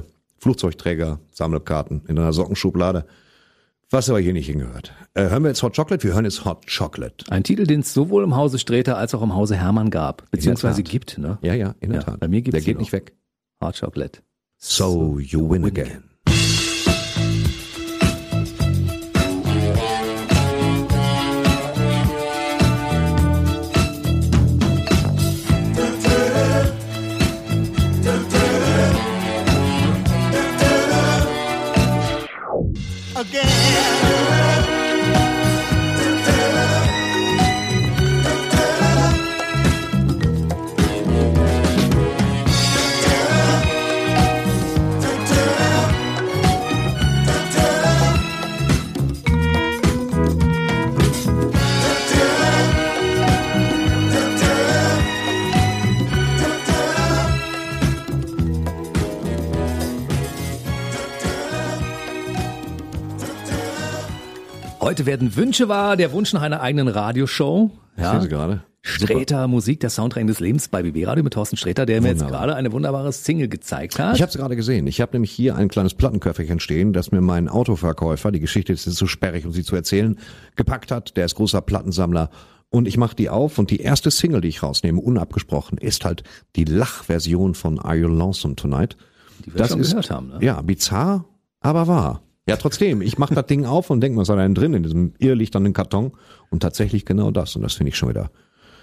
Flugzeugträger-Sammelkarten in einer Sockenschublade. Was aber hier nicht hingehört. Hören wir jetzt Hot Chocolate? Wir hören jetzt Hot Chocolate. Ein Titel, den es sowohl im Hause Sträter als auch im Hause Hermann gab. Beziehungsweise gibt, ne? Ja, in der Tat. Bei mir gibt's der geht nicht weg. Hot Chocolate. So You Win Again. Heute werden Wünsche wahr, der Wunsch nach einer eigenen Radioshow. Ja. Ich sehe gerade. Sträter Musik, der Soundtrack des Lebens bei BB Radio mit Thorsten Sträter, der mir jetzt gerade eine wunderbare Single gezeigt hat. Ich habe es gerade gesehen. Ich habe nämlich hier ein kleines Plattenköfferchen stehen, das mir mein Autoverkäufer, die Geschichte ist jetzt so sperrig, um sie zu erzählen, gepackt hat. Der ist großer Plattensammler. Und ich mache die auf und die erste Single, die ich rausnehme, unabgesprochen, ist halt die Lachversion von Are You Lonesome Tonight? Die wir schon gehört haben, ne? Ja, bizarr, aber wahr. Ja, trotzdem, ich mache das Ding auf und denke, was ist da denn drin in diesem irrlichternden Karton? Und tatsächlich genau das. Und das finde ich schon wieder,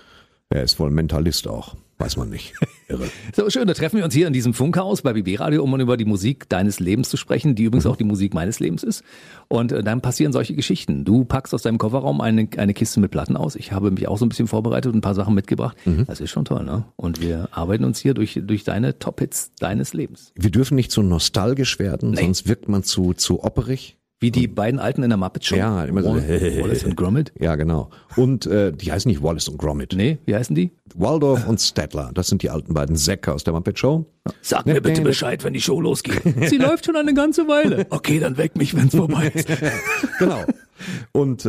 er ist wohl ein Mentalist auch. Weiß man nicht. Irre. So schön, da treffen wir uns hier in diesem Funkhaus bei BB Radio, um über die Musik deines Lebens zu sprechen, die übrigens auch die Musik meines Lebens ist. Und dann passieren solche Geschichten. Du packst aus deinem Kofferraum eine Kiste mit Platten aus. Ich habe mich auch so ein bisschen vorbereitet und ein paar Sachen mitgebracht. Das ist schon toll, ne? Und wir arbeiten uns hier durch deine Top-Hits deines Lebens. Wir dürfen nicht zu nostalgisch werden, sonst wirkt man zu opperig. Wie die beiden Alten in der Muppet Show. Ja, immer so. Wallace und Gromit. Ja, genau. Und die heißen nicht Wallace und Gromit. Nee, wie heißen die? Waldorf und Statler. Das sind die alten beiden Säcke aus der Muppet Show. Sag mir bitte Bescheid, wenn die Show losgeht. Sie läuft schon eine ganze Weile. Okay, dann weck mich, wenn's vorbei ist. Genau. Und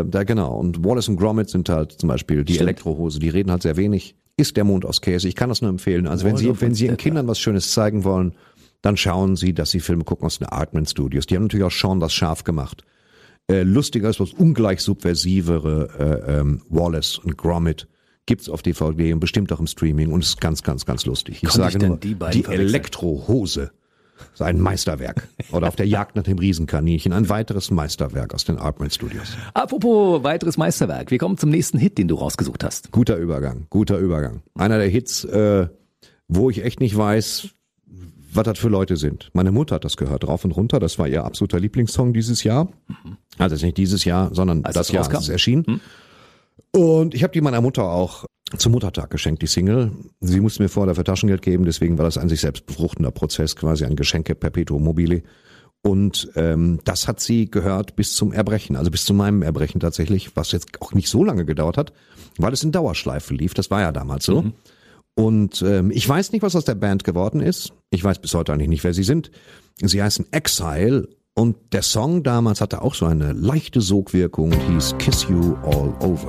Und Wallace und Gromit sind halt zum Beispiel die Elektrohose. Die reden halt sehr wenig. Ist der Mond aus Käse. Ich kann das nur empfehlen. Also wenn Sie Ihren Kindern was Schönes zeigen wollen, dann schauen Sie, dass Sie Filme gucken aus den Aardman Studios. Die haben natürlich auch Shaun das Schaf gemacht. Lustiger ist was ungleich subversivere Wallace und Gromit. Gibt's auf DVD und bestimmt auch im Streaming und ist ganz, ganz, ganz lustig. Ich Konnte sage ich denn nur, die beiden die verwechseln? Elektrohose ist ein Meisterwerk. Oder Auf der Jagd nach dem Riesenkaninchen, ein weiteres Meisterwerk aus den Artman Studios. Apropos weiteres Meisterwerk, wir kommen zum nächsten Hit, den du rausgesucht hast. Guter Übergang, guter Übergang. Einer der Hits, wo ich echt nicht weiß, was das für Leute sind. Meine Mutter hat das gehört, rauf und runter. Das war ihr absoluter Lieblingssong dieses Jahr. Also nicht dieses Jahr, sondern Als das es Jahr, rauskam? als es erschien. Und ich habe die meiner Mutter auch zum Muttertag geschenkt, die Single. Sie musste mir vorher dafür Taschengeld geben, deswegen war das ein sich selbst befruchtender Prozess, quasi ein Geschenke perpetuum mobile. Und das hat sie gehört bis zum Erbrechen, also bis zu meinem Erbrechen tatsächlich, was jetzt auch nicht so lange gedauert hat, weil es in Dauerschleife lief. Das war ja damals so. Und ich weiß nicht, was aus der Band geworden ist. Ich weiß bis heute eigentlich nicht, wer sie sind. Sie heißen Exile und der Song damals hatte auch so eine leichte Sogwirkung und hieß Kiss You All Over.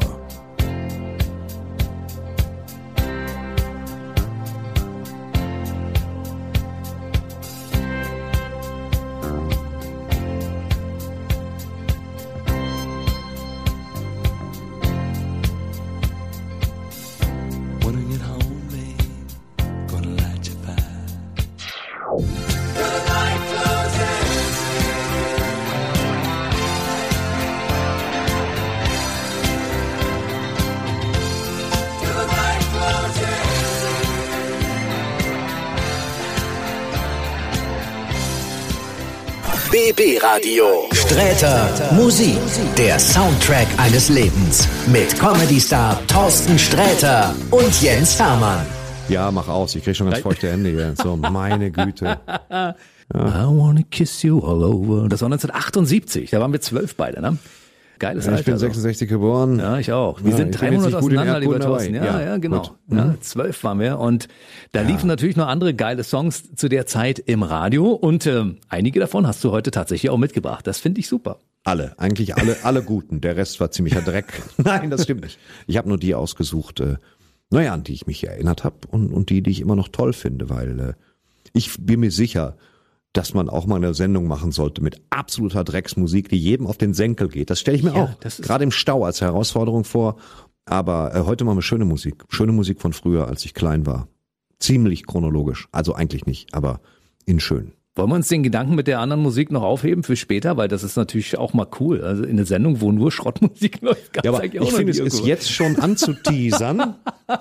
When I get home, babe, gonna light your fire. BB Radio. Sträter Musik. Der Soundtrack eines Lebens. Mit Comedy-Star Thorsten Sträter und Jens Hermann. Ja, mach aus, ich krieg schon ganz feuchte Hände hier. So, meine Güte. I wanna kiss you all over. Das war 1978, da waren wir 12 beide, ne? Geiles Alter. Ich bin also. 66 geboren. Ja, ich auch. Wir Ja, sind ich 3 bin jetzt Monate nicht gut in auseinander, lieber Erdkunde, Thorsten. aber Ja, genau. gut. Ja, 12 waren wir und da liefen natürlich noch andere geile Songs zu der Zeit im Radio und einige davon hast du heute tatsächlich auch mitgebracht. Das finde ich super. Eigentlich alle guten. Der Rest war ziemlicher Dreck. Nein, das stimmt nicht. Ich habe nur die ausgesucht, an die ich mich erinnert habe und die ich immer noch toll finde, weil ich bin mir sicher, dass man auch mal eine Sendung machen sollte mit absoluter Drecksmusik, die jedem auf den Senkel geht. Das stelle ich mir Ja, auch das ist- gerade im Stau als Herausforderung vor. Aber heute machen wir schöne Musik. Schöne Musik von früher, als ich klein war. Ziemlich chronologisch. Also eigentlich nicht, aber in schön. Wollen wir uns den Gedanken mit der anderen Musik noch aufheben für später? Weil das ist natürlich auch mal cool. Also in einer Sendung, wo nur Schrottmusik läuft, gab's Ja, aber eigentlich auch ich noch finde, nie es ist irgendwo. jetzt schon anzuteasern.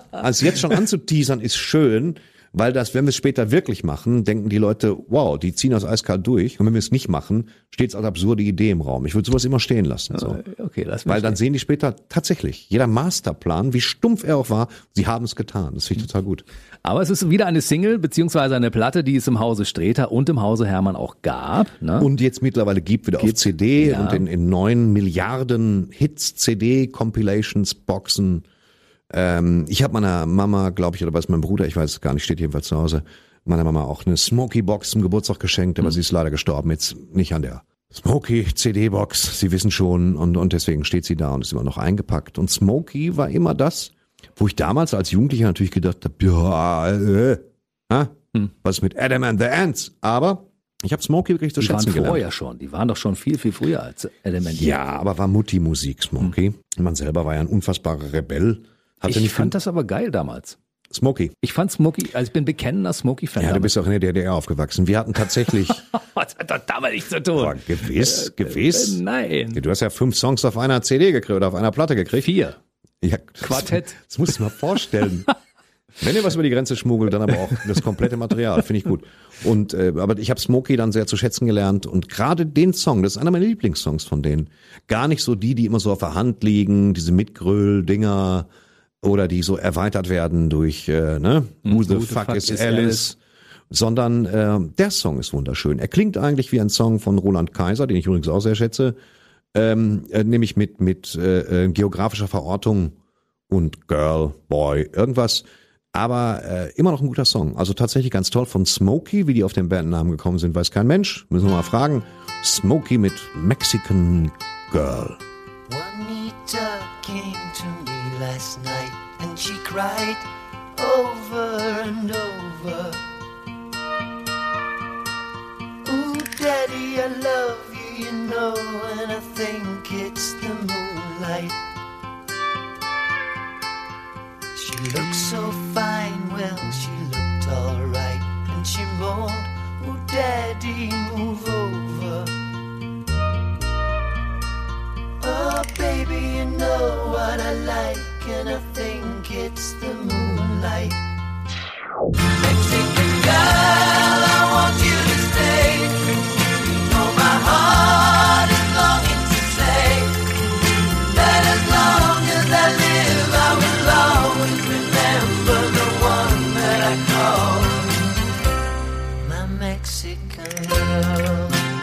Ist schön, weil das, wenn wir es später wirklich machen, denken die Leute, wow, die ziehen das eiskalt durch. Und wenn wir es nicht machen, steht es als absurde Idee im Raum. Ich würde sowas immer stehen lassen. So. Okay, lass Weil mich dann sehen die später tatsächlich, jeder Masterplan, wie stumpf er auch war, sie haben es getan. Das finde ich total gut. Aber es ist wieder eine Single, beziehungsweise eine Platte, die es im Hause Sträter und im Hause Hermann auch gab. Ne? Und jetzt mittlerweile gibt wieder auf CD ja. und in 9 Milliarden Hits, CD, Compilations, Boxen. Ich habe meiner Mama, glaube ich, oder was mein Bruder, ich weiß es gar nicht, steht jedenfalls zu Hause, meiner Mama auch eine Smokey-Box zum Geburtstag geschenkt, aber sie ist leider gestorben, jetzt nicht an der Smokey-CD-Box, Sie wissen schon, und deswegen steht sie da und ist immer noch eingepackt. Und Smokey war immer das, wo ich damals als Jugendlicher natürlich gedacht habe, was ist mit Adam and the Ants? Aber ich habe Smokey wirklich zu Die waren schätzen gelernt. vorher schon. Die waren doch schon viel, viel früher als Element. Ja, aber war Mutti-Musik, Smokey. Man selber war ja ein unfassbarer Rebell. Hatte Ich nicht fand das aber geil damals. Smokey. Ich fand Smokey, also ich bin bekennender Smokey-Fan. Ja, du damals. bist auch in der DDR aufgewachsen. Wir hatten tatsächlich, Was hat das damit nichts zu tun? boah, gewiss. Nein. Du hast ja 5 Songs auf einer CD gekriegt oder auf einer Platte gekriegt. 4. Ja, Quartett. Das musst du dir mal vorstellen. Wenn ihr was über die Grenze schmuggelt, dann aber auch das komplette Material, finde ich gut. Und aber ich habe Smokey dann sehr zu schätzen gelernt und gerade den Song, das ist einer meiner Lieblingssongs von denen. Gar nicht so die immer so auf der Hand liegen, diese Mitgröl-Dinger oder die so erweitert werden durch Who the fuck is Alice, sondern der Song ist wunderschön. Er klingt eigentlich wie ein Song von Roland Kaiser, den ich übrigens auch sehr schätze, nämlich mit geografischer Verortung und Girl, Boy, irgendwas. Aber immer noch ein guter Song. Also tatsächlich ganz toll. Von Smokey, wie die auf den Bandnamen gekommen sind, weiß kein Mensch. Müssen wir mal fragen. Smokey mit Mexican Girl. Juanita came to me last night and she cried over and over. Ooh, Daddy, I love you, you know, and I think it's the moonlight. She looked so fine, well, she looked alright. And she moaned, oh, Daddy, move over. Oh, baby, you know what I like, and I think it's the moonlight. Mexican girl, I want you to stay. You know my heart is longing to say that as long as I live, I will always remember the one that I call my Mexican girl.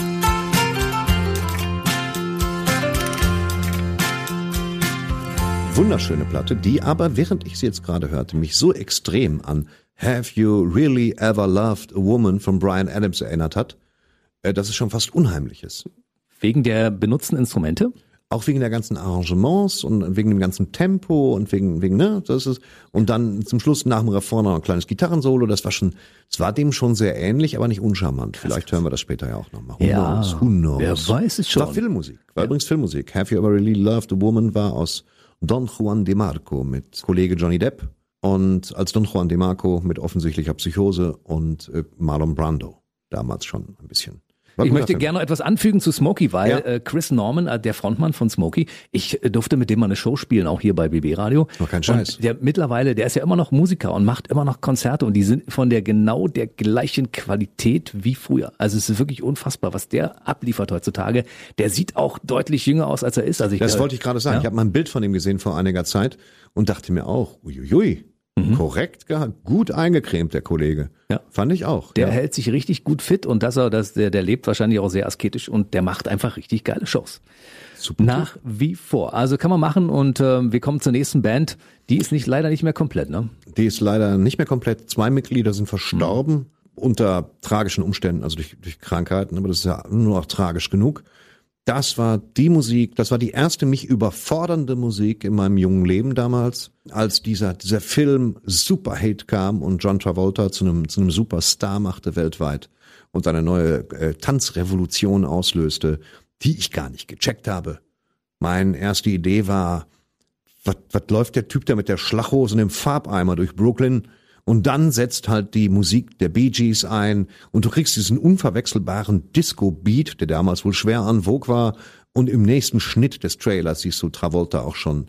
Wunderschöne Platte, die aber, während ich sie jetzt gerade hörte, mich so extrem an Have You Really Ever Loved a Woman von Bryan Adams erinnert hat, dass es schon fast unheimlich ist. Wegen der benutzten Instrumente? Auch wegen der ganzen Arrangements und wegen dem ganzen Tempo und wegen ne, das ist, und dann zum Schluss nach dem Refrain noch ein kleines Gitarrensolo, das war dem schon sehr ähnlich, aber nicht uncharmant. Vielleicht hören wir das später ja auch nochmal. Who knows? Wer weiß es schon. War Filmmusik, übrigens Filmmusik. Have You Ever Really Loved a Woman war aus Don Juan de Marco mit Kollege Johnny Depp und als Don Juan de Marco mit offensichtlicher Psychose und Marlon Brando. Damals schon ein bisschen. Ich möchte gerne noch etwas anfügen zu Smokey, weil Chris Norman, der Frontmann von Smokey, ich durfte mit dem mal eine Show spielen, auch hier bei BB Radio. Noch kein Scheiß. Und der ist ja immer noch Musiker und macht immer noch Konzerte und die sind von der gleichen Qualität wie früher. Also es ist wirklich unfassbar, was der abliefert heutzutage. Der sieht auch deutlich jünger aus, als er ist. Also das wollte ich gerade sagen. Ja? Ich habe mal ein Bild von ihm gesehen vor einiger Zeit und dachte mir auch, uiuiui. Korrekt gehabt, gut eingecremt, der Kollege. Ja. Fand ich auch. Der hält sich richtig gut fit und der lebt wahrscheinlich auch sehr asketisch und der macht einfach richtig geile Shows. Super. Nach wie vor. Also kann man machen und wir kommen zur nächsten Band. Die ist leider nicht mehr komplett, ne? Die ist leider nicht mehr komplett. 2 Mitglieder sind verstorben unter tragischen Umständen, also durch Krankheiten, aber das ist ja nur auch tragisch genug. Das war die Musik, das war die erste mich überfordernde Musik in meinem jungen Leben damals, als dieser Film Superhit kam und John Travolta zu einem Superstar machte weltweit und eine neue Tanzrevolution auslöste, die ich gar nicht gecheckt habe. Meine erste Idee war, was läuft der Typ da mit der Schlachhose und dem Farbeimer durch Brooklyn? Und dann setzt halt die Musik der Bee Gees ein und du kriegst diesen unverwechselbaren Disco-Beat, der damals wohl schwer en vogue war. Und im nächsten Schnitt des Trailers siehst du Travolta auch schon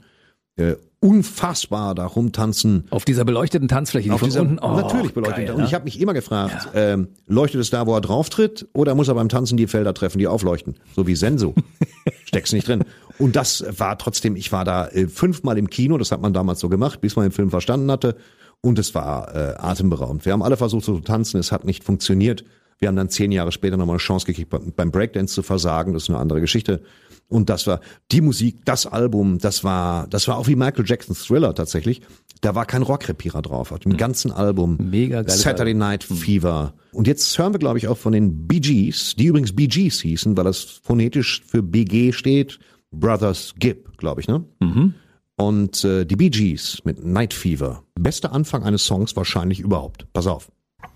unfassbar da rumtanzen. Auf dieser beleuchteten Tanzfläche, die von unten... natürlich beleuchtet. Geil, und ich habe mich immer gefragt, leuchtet es da, wo er drauf tritt, oder muss er beim Tanzen die Felder treffen, die aufleuchten? So wie Senso. Steckst nicht drin. Und das war trotzdem, ich war da 5-mal im Kino, das hat man damals so gemacht, bis man den Film verstanden hatte. Und es war atemberaubend. Wir haben alle versucht so zu tanzen, es hat nicht funktioniert. Wir haben dann 10 Jahre später nochmal eine Chance gekriegt, beim Breakdance zu versagen. Das ist eine andere Geschichte. Und das war die Musik, das Album, das war auch wie Michael Jacksons Thriller tatsächlich. Da war kein Rockrepierer drauf. Auf dem ganzen Album. Mega geil. Saturday Night Fever. Und jetzt hören wir, glaube ich, auch von den Bee Gees, die übrigens Bee Gees hießen, weil das phonetisch für BG steht. Brothers Gibb, glaube ich, ne? Mhm. Und die Bee Gees mit Night Fever. Bester Anfang eines Songs wahrscheinlich überhaupt. Pass auf.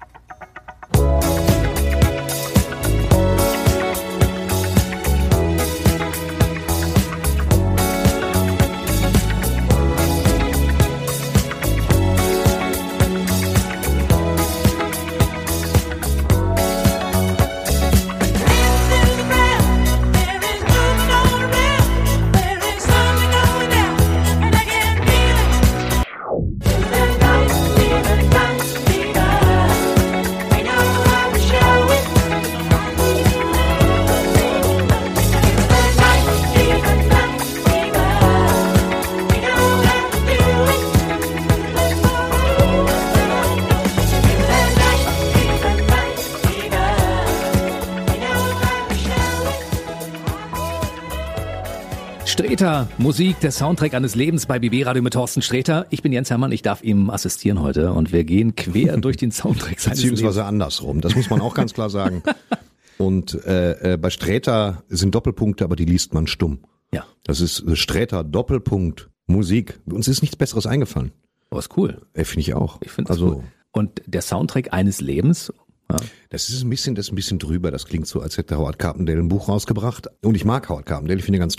Sträter, Musik, der Soundtrack eines Lebens bei BB Radio mit Thorsten Sträter. Ich bin Jens Hermann, ich darf ihm assistieren heute und wir gehen quer durch den Soundtrack seines Lebens. Beziehungsweise andersrum, das muss man auch ganz klar sagen. Und bei Sträter sind Doppelpunkte, aber die liest man stumm. Ja. Das ist Sträter Doppelpunkt Musik. Uns ist nichts Besseres eingefallen. Oh, ist cool. Finde ich auch. Ich finde es cool. Und der Soundtrack eines Lebens... Ja. Das ist ein bisschen drüber. Das klingt so, als hätte Howard Carpendale ein Buch rausgebracht. Und ich mag Howard Carpendale, ich finde ihn ganz toll.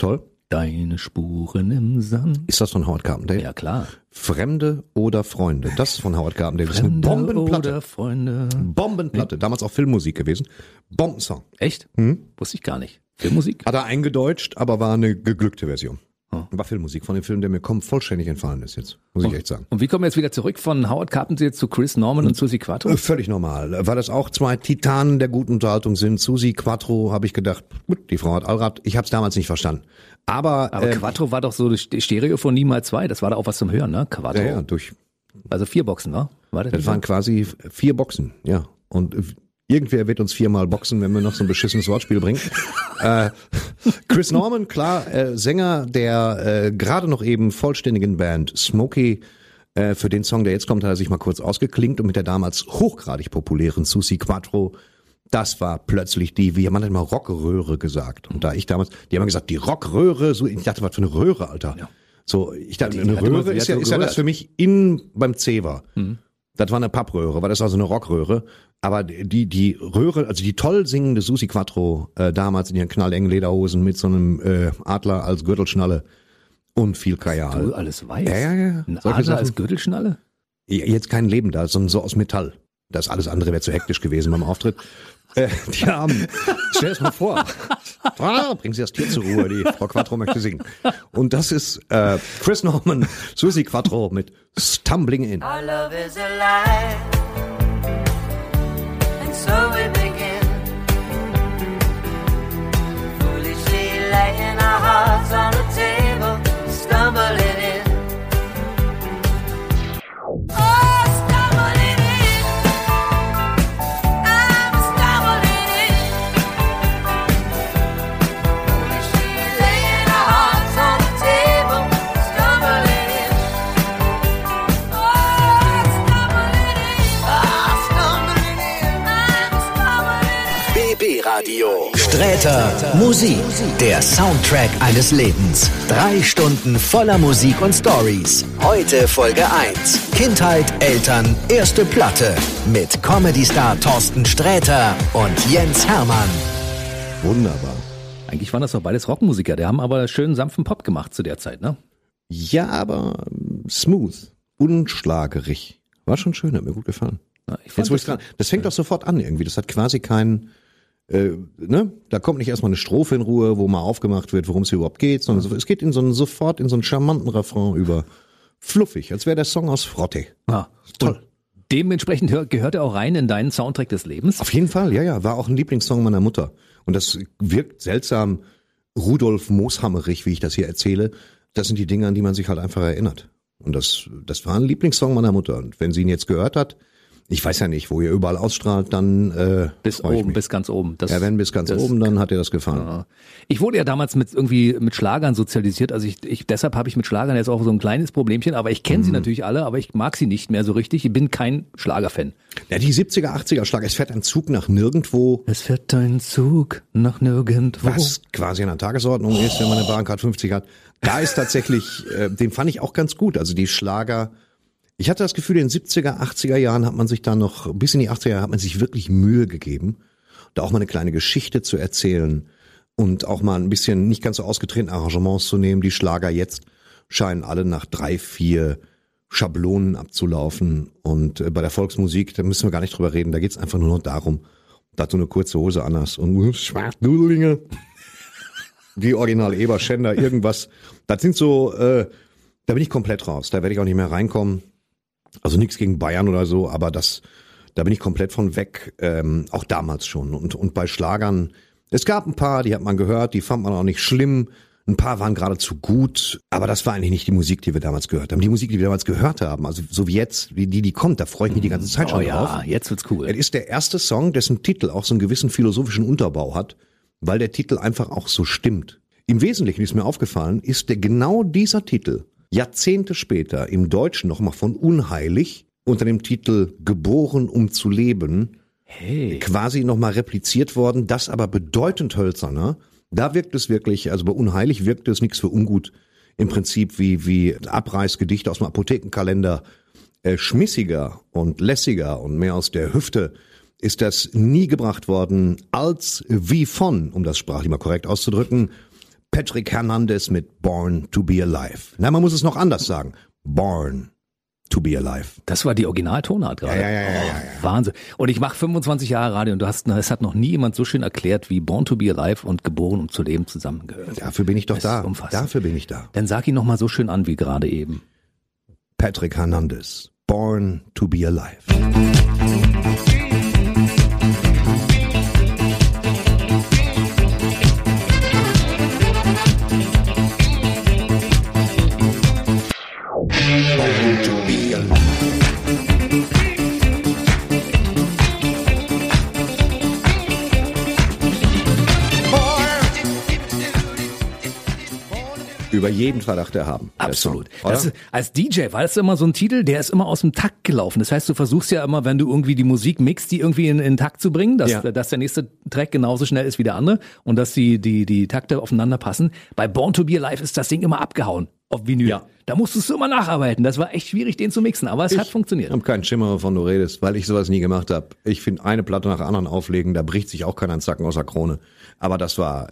Deine Spuren im Sand. Ist das von Howard Carpendale? Ja, klar. Fremde oder Freunde. Das ist von Howard Carpendale. Das ist eine Bombenplatte. Oder Freunde. Bombenplatte. Damals auch Filmmusik gewesen. Bombensong. Echt? Wusste ich gar nicht. Filmmusik? Hat er eingedeutscht, aber war eine geglückte Version. Oh. War Filmmusik von dem Film, der mir vollständig entfallen ist jetzt. Muss ich echt sagen. Und wie kommen wir jetzt wieder zurück von Howard Carpendale zu Chris Norman und Suzi Quatro? Völlig normal. Weil das auch zwei Titanen der guten Unterhaltung sind. Suzi Quatro, habe ich gedacht, gut, die Frau hat Allrad. Ich habe es damals nicht verstanden. Aber Quattro war doch so die Stereophonie mal 2. Das war da auch was zum Hören, ne? Quattro. ja, durch. Also 4 Boxen, ne? War das waren quasi 4 Boxen, ja. Und irgendwer wird uns 4-mal boxen, wenn wir noch so ein beschissenes Wortspiel bringen. Chris Norman, klar, Sänger der gerade noch eben vollständigen Band Smokey. Für den Song, der jetzt kommt, hat er sich mal kurz ausgeklinkt und mit der damals hochgradig populären Suzi Quatro. Das war plötzlich man hat immer Rockröhre gesagt. Und da ich damals, die haben gesagt, die Rockröhre, so, ich dachte, was für eine Röhre, Alter. Ja. So, ich dachte, eine Röhre ist ja das für mich beim Zewa. Das war eine Pappröhre, war das also eine Rockröhre. Aber die Röhre, also die toll singende Suzi Quatro, damals in ihren knallengen Lederhosen mit so einem Adler als Gürtelschnalle und viel Kajal. Du alles weiß? Ja. Ein Adler als Gürtelschnalle? Jetzt kein Leben da, sondern so aus Metall. Das alles andere wäre zu hektisch gewesen beim Auftritt. Die haben, stell es mal vor, bringen Sie das Tier zur Ruhe, die Frau Quatro möchte singen. Und das ist Chris Norman, Suzi Quatro mit Stumbling In. Our love is alive, and so we begin. Foolishly laying our hearts on the table, stumbling in. Oh, stumbling in. I'm stumbling in. Foolishly laying our hearts on the table, stumbling in. Oh, stumbling in. Ah, stumbling in. I'm stumbling in. BB Radio. Sträter Musik. Der Soundtrack eines Lebens. 3 Stunden voller Musik und Stories. Heute Folge 1. Kindheit, Eltern, erste Platte. Mit Comedy-Star Thorsten Sträter und Jens Hermann. Wunderbar. Eigentlich waren das doch beides Rockmusiker. Die haben aber schön sanften Pop gemacht zu der Zeit, ne? Ja, aber smooth, unschlagerig. War schon schön, hat mir gut gefallen. Ja, ich fand Das fängt doch sofort an irgendwie. Das hat quasi keinen, da kommt nicht erstmal eine Strophe in Ruhe, wo mal aufgemacht wird, worum es hier überhaupt geht, sondern es geht sofort in so einen charmanten Refrain über. Fluffig, als wäre der Song aus Frotte. Ja, toll. Dementsprechend gehört er auch rein in deinen Soundtrack des Lebens? Auf jeden Fall, ja. War auch ein Lieblingssong meiner Mutter. Und das wirkt seltsam Rudolf Mooshammerig, wie ich das hier erzähle. Das sind die Dinge, an die man sich halt einfach erinnert. Und das war ein Lieblingssong meiner Mutter. Und wenn sie ihn jetzt gehört hat, ich weiß ja nicht, wo ihr überall ausstrahlt, dann bis oben, bis ganz oben. Wenn bis ganz oben, dann hat ihr das gefallen. Ja. Ich wurde ja damals mit Schlagern sozialisiert, also deshalb habe ich mit Schlagern jetzt auch so ein kleines Problemchen, aber ich kenne sie natürlich alle, aber ich mag sie nicht mehr so richtig. Ich bin kein Schlagerfan. Ja, die 70er, 80er Schlager, es fährt ein Zug nach nirgendwo. Es fährt ein Zug nach nirgendwo. Was quasi an der Tagesordnung ist, wenn man eine Bahncard 50 hat. Da ist tatsächlich, den fand ich auch ganz gut, also die Schlager. Ich hatte das Gefühl, in den 70er, 80er Jahren hat man sich da noch, bis in die 80er Jahre hat man sich wirklich Mühe gegeben, da auch mal eine kleine Geschichte zu erzählen und auch mal ein bisschen nicht ganz so ausgetretene Arrangements zu nehmen. Die Schlager jetzt scheinen alle nach 3, 4 Schablonen abzulaufen und bei der Volksmusik, da müssen wir gar nicht drüber reden, da geht's einfach nur noch darum, dass du eine kurze Hose anhast und Schwarzdudelinge, wie Original Eber, Schänder, irgendwas. Das sind so, da bin ich komplett raus, da werde ich auch nicht mehr reinkommen. Also nichts gegen Bayern oder so, aber da bin ich komplett von weg, auch damals schon. Und bei Schlagern, es gab ein paar, die hat man gehört, die fand man auch nicht schlimm. Ein paar waren geradezu gut, aber das war eigentlich nicht die Musik, die wir damals gehört haben. Die Musik, die wir damals gehört haben, also so wie jetzt, wie die kommt, da freue ich mich die ganze Zeit schon drauf. Ja, jetzt wird's cool. Es ist der erste Song, dessen Titel auch so einen gewissen philosophischen Unterbau hat, weil der Titel einfach auch so stimmt. Im Wesentlichen ist mir aufgefallen, ist genau dieser Titel Jahrzehnte später im Deutschen nochmal von Unheilig unter dem Titel Geboren um zu leben quasi nochmal repliziert worden, das aber bedeutend hölzerner. Da wirkt es wirklich, also bei Unheilig wirkt es nichts für ungut, im Prinzip wie Abreißgedichte aus dem Apothekenkalender, schmissiger und lässiger und mehr aus der Hüfte ist das nie gebracht worden, als wie von, um das sprachlich mal korrekt auszudrücken, Patrick Hernandez mit Born to be Alive. Na, man muss es noch anders sagen. Born to be Alive. Das war die Originaltonart gerade. Ja. Wahnsinn. Und ich mache 25 Jahre Radio und es hat noch nie jemand so schön erklärt, wie Born to be Alive und Geboren um zu leben zusammengehören. Dafür bin ich doch Das da. ist umfassend. Dafür bin ich da. Dann sag ihn noch mal so schön an wie gerade eben. Patrick Hernandez. Born to be Alive. Über jeden Verdacht erhaben. der Absolut. Song, oder? Das ist, als DJ war das immer so ein Titel, der ist immer aus dem Takt gelaufen. Das heißt, du versuchst ja immer, wenn du irgendwie die Musik mixt, die irgendwie in Takt zu bringen, dass der nächste Track genauso schnell ist wie der andere und dass die Takte aufeinander passen. Bei Born to be Alive ist das Ding immer abgehauen auf Vinyl. Ja. Da musstest du immer nacharbeiten. Das war echt schwierig, den zu mixen, aber es hat funktioniert. Ich habe keinen Schimmer, wovon du redest, weil ich sowas nie gemacht habe. Ich finde, eine Platte nach der anderen auflegen, da bricht sich auch keiner einen Zacken aus der Krone. Aber das war,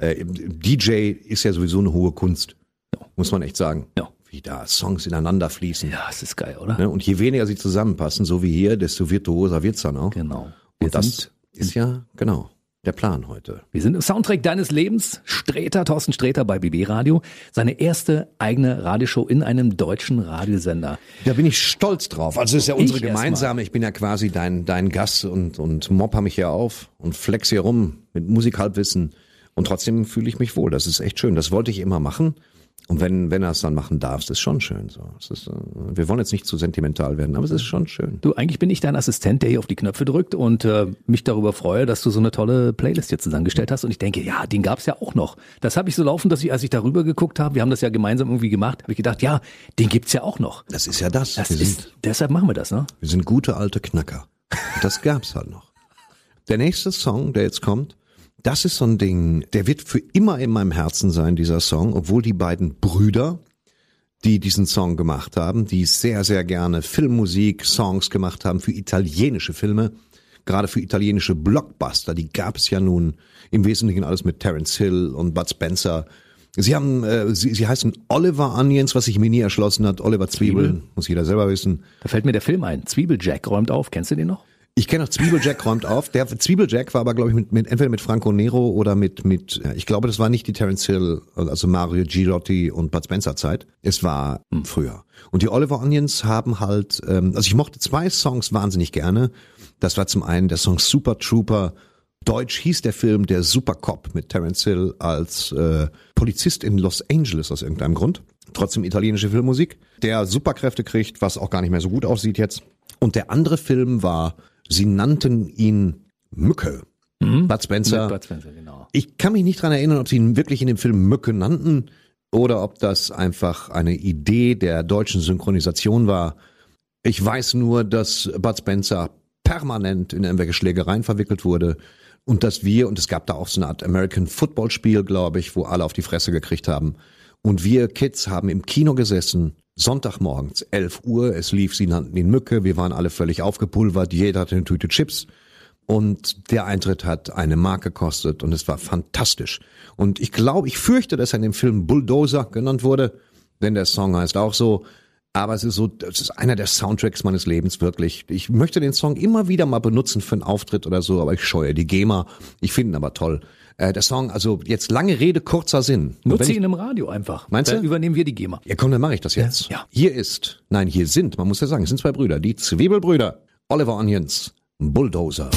DJ ist ja sowieso eine hohe Kunst. Muss man echt sagen. Ja. Wie da Songs ineinander fließen. Ja, es ist geil, oder? Ne? Und je weniger sie zusammenpassen, so wie hier, desto virtuoser wird's dann auch. Genau. Und das ist ja, genau, der Plan heute. Wir sind im Soundtrack deines Lebens. Thorsten Sträter bei BB Radio. Seine erste eigene Radioshow in einem deutschen Radiosender. Da bin ich stolz drauf. Also es ist ja unsere Ich erst gemeinsame, ich bin ja quasi dein Gast und mopper mich hier auf und flex hier rum mit Musikhalbwissen. Und trotzdem fühle ich mich wohl. Das ist echt schön. Das wollte ich immer machen. Und wenn er es dann machen darf, ist es schon schön. So, es ist, wir wollen jetzt nicht zu sentimental werden, aber es ist schon schön. Du, eigentlich bin ich dein Assistent, der hier auf die Knöpfe drückt und mich darüber freue, dass du so eine tolle Playlist hier zusammengestellt hast. Und ich denke, ja, den gab's ja auch noch. Das habe ich so laufen, dass ich, als ich darüber geguckt habe, wir haben das ja gemeinsam irgendwie gemacht, habe ich gedacht, ja, den gibt's ja auch noch. Das ist ja das. Deshalb machen wir das, ne? Wir sind gute alte Knacker. Und das gab's halt noch. Der nächste Song, der jetzt kommt, das ist so ein Ding, der wird für immer in meinem Herzen sein, dieser Song, obwohl die beiden Brüder, die diesen Song gemacht haben, die sehr, sehr gerne Filmmusik, Songs gemacht haben für italienische Filme, gerade für italienische Blockbuster, die gab es ja nun im Wesentlichen alles mit Terence Hill und Bud Spencer. Sie haben, sie heißen Oliver Onions, was sich mir nie erschlossen hat, Oliver Zwiebel, muss jeder selber wissen. Da fällt mir der Film ein, Zwiebeljack räumt auf, kennst du den noch? Ich kenne auch Zwiebeljack räumt auf. Der Zwiebeljack war aber, glaube ich, entweder mit Franco Nero oder mit ich glaube, das war nicht die Terence Hill, also Mario Girotti und Bud Spencer Zeit. Es war früher. Und die Oliver Onions haben halt, also ich mochte zwei Songs wahnsinnig gerne. Das war zum einen der Song Super Trooper. Deutsch hieß der Film der Super Cop mit Terence Hill als Polizist in Los Angeles aus irgendeinem Grund. Trotzdem italienische Filmmusik, der Superkräfte kriegt, was auch gar nicht mehr so gut aussieht jetzt. Und der andere Film war, sie nannten ihn Mücke. Bud Spencer. Bud Spencer, genau. Ich kann mich nicht dran erinnern, ob sie ihn wirklich in dem Film Mücke nannten oder ob das einfach eine Idee der deutschen Synchronisation war. Ich weiß nur, dass Bud Spencer permanent in irgendwelche Schlägereien verwickelt wurde und dass und es gab da auch so eine Art American Football Spiel, glaube ich, wo alle auf die Fresse gekriegt haben. Und wir Kids haben im Kino gesessen, Sonntagmorgens, 11 Uhr, es lief, sie nannten ihn Mücke, wir waren alle völlig aufgepulvert, jeder hatte eine Tüte Chips und der Eintritt hat eine Mark gekostet und es war fantastisch. Und ich fürchte, dass er in dem Film Bulldozer genannt wurde, denn der Song heißt auch so, aber es ist einer der Soundtracks meines Lebens, wirklich. Ich möchte den Song immer wieder mal benutzen für einen Auftritt oder so, aber ich scheue die GEMA, ich finde ihn aber toll. Der Song, also jetzt lange Rede, kurzer Sinn. Nutze ihn im Radio einfach. Meinst du? Dann übernehmen wir die GEMA. Ja komm, dann mache ich das jetzt. Ja. Hier sind, man muss ja sagen, es sind zwei Brüder, die Zwiebelbrüder, Oliver Onions, Bulldozer.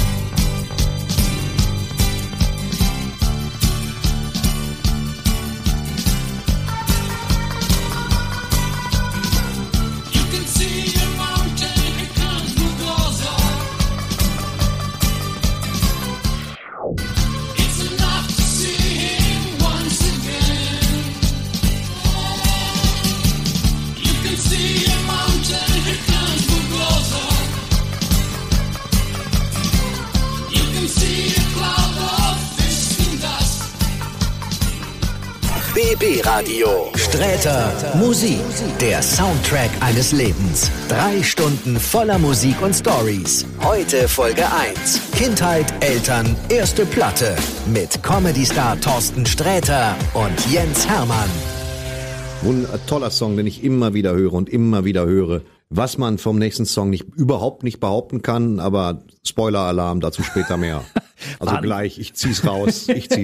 RBB Radio. Sträter Musik. Der Soundtrack eines Lebens. 3 Stunden voller Musik und Stories. Heute Folge 1. Kindheit, Eltern, erste Platte. Mit Comedy-Star Thorsten Sträter und Jens Hermann. Ein toller Song, den ich immer wieder höre und immer wieder höre. Was man vom nächsten Song überhaupt nicht behaupten kann, aber Spoiler-Alarm, dazu später mehr. Also gleich, ich zieh's raus.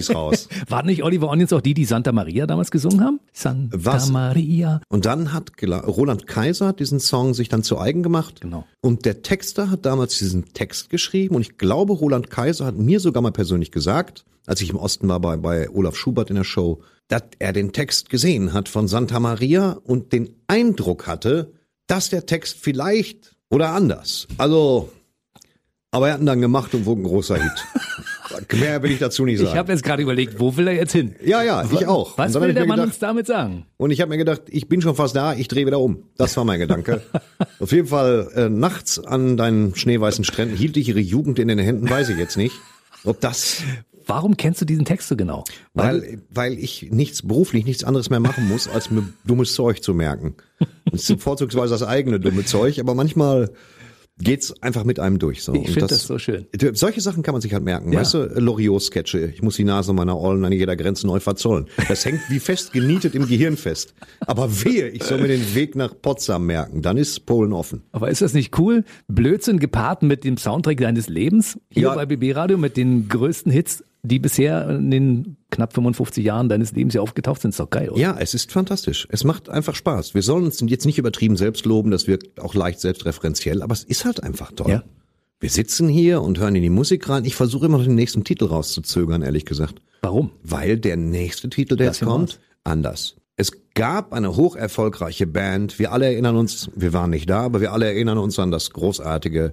War nicht Oliver Onions auch die Santa Maria damals gesungen haben? Santa Maria. Und dann hat Roland Kaiser diesen Song sich dann zu eigen gemacht. Genau. Und der Texter hat damals diesen Text geschrieben. Und ich glaube, Roland Kaiser hat mir sogar mal persönlich gesagt, als ich im Osten war bei Olaf Schubert in der Show, dass er den Text gesehen hat von Santa Maria und den Eindruck hatte, dass der Text vielleicht oder anders. Also, aber er hat ihn dann gemacht und wurde ein großer Hit. Mehr will ich dazu nicht sagen. Ich habe jetzt gerade überlegt, wo will er jetzt hin? Ja, ich auch. Was will der Mann uns damit sagen? Und ich habe mir gedacht, ich bin schon fast da, ich drehe wieder um. Das war mein Gedanke. Auf jeden Fall, nachts an deinen schneeweißen Stränden hielt ich ihre Jugend in den Händen, weiß ich jetzt nicht. Ob das... Warum kennst du diesen Text so genau? Weil ich beruflich nichts anderes mehr machen muss, als mir dummes Zeug zu merken. Das ist vorzugsweise das eigene dumme Zeug, aber manchmal geht's einfach mit einem durch. So. Ich finde das so schön. Solche Sachen kann man sich halt merken. Ja. Weißt du, Loriot-Sketche, ich muss die Nase meiner Ollen an jeder Grenze neu verzollen. Das hängt wie fest genietet im Gehirn fest. Aber wehe, ich soll mir den Weg nach Potsdam merken, dann ist Polen offen. Aber ist das nicht cool? Blödsinn gepaart mit dem Soundtrack deines Lebens? Hier bei BB Radio mit den größten Hits, die bisher in den knapp 55 Jahren deines Lebens ja aufgetaucht sind, ist doch geil, oder? Ja, es ist fantastisch. Es macht einfach Spaß. Wir sollen uns jetzt nicht übertrieben selbst loben, das wirkt auch leicht selbstreferenziell, aber es ist halt einfach toll. Ja. Wir sitzen hier und hören in die Musik rein. Ich versuche immer noch den nächsten Titel rauszuzögern, ehrlich gesagt. Warum? Weil der nächste Titel, der jetzt kommt, anders. Es gab eine hocherfolgreiche Band. Wir alle erinnern uns, wir waren nicht da, aber wir alle erinnern uns an das großartige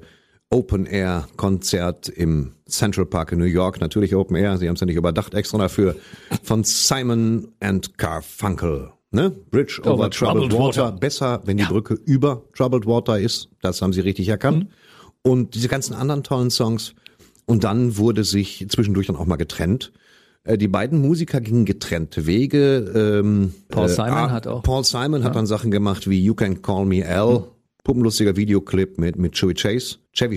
Open-Air-Konzert im Central Park in New York, natürlich Open Air, sie haben es ja nicht überdacht extra dafür, von Simon and Garfunkel, ne? Bridge over Troubled Water. Besser, wenn die Brücke über Troubled Water ist, das haben sie richtig erkannt. Und diese ganzen anderen tollen Songs. Und dann wurde sich zwischendurch dann auch mal getrennt. Die beiden Musiker gingen getrennte Wege. Paul Simon hat dann Sachen gemacht wie You Can Call Me Al. Puppenlustiger Videoclip mit Chevy Chase.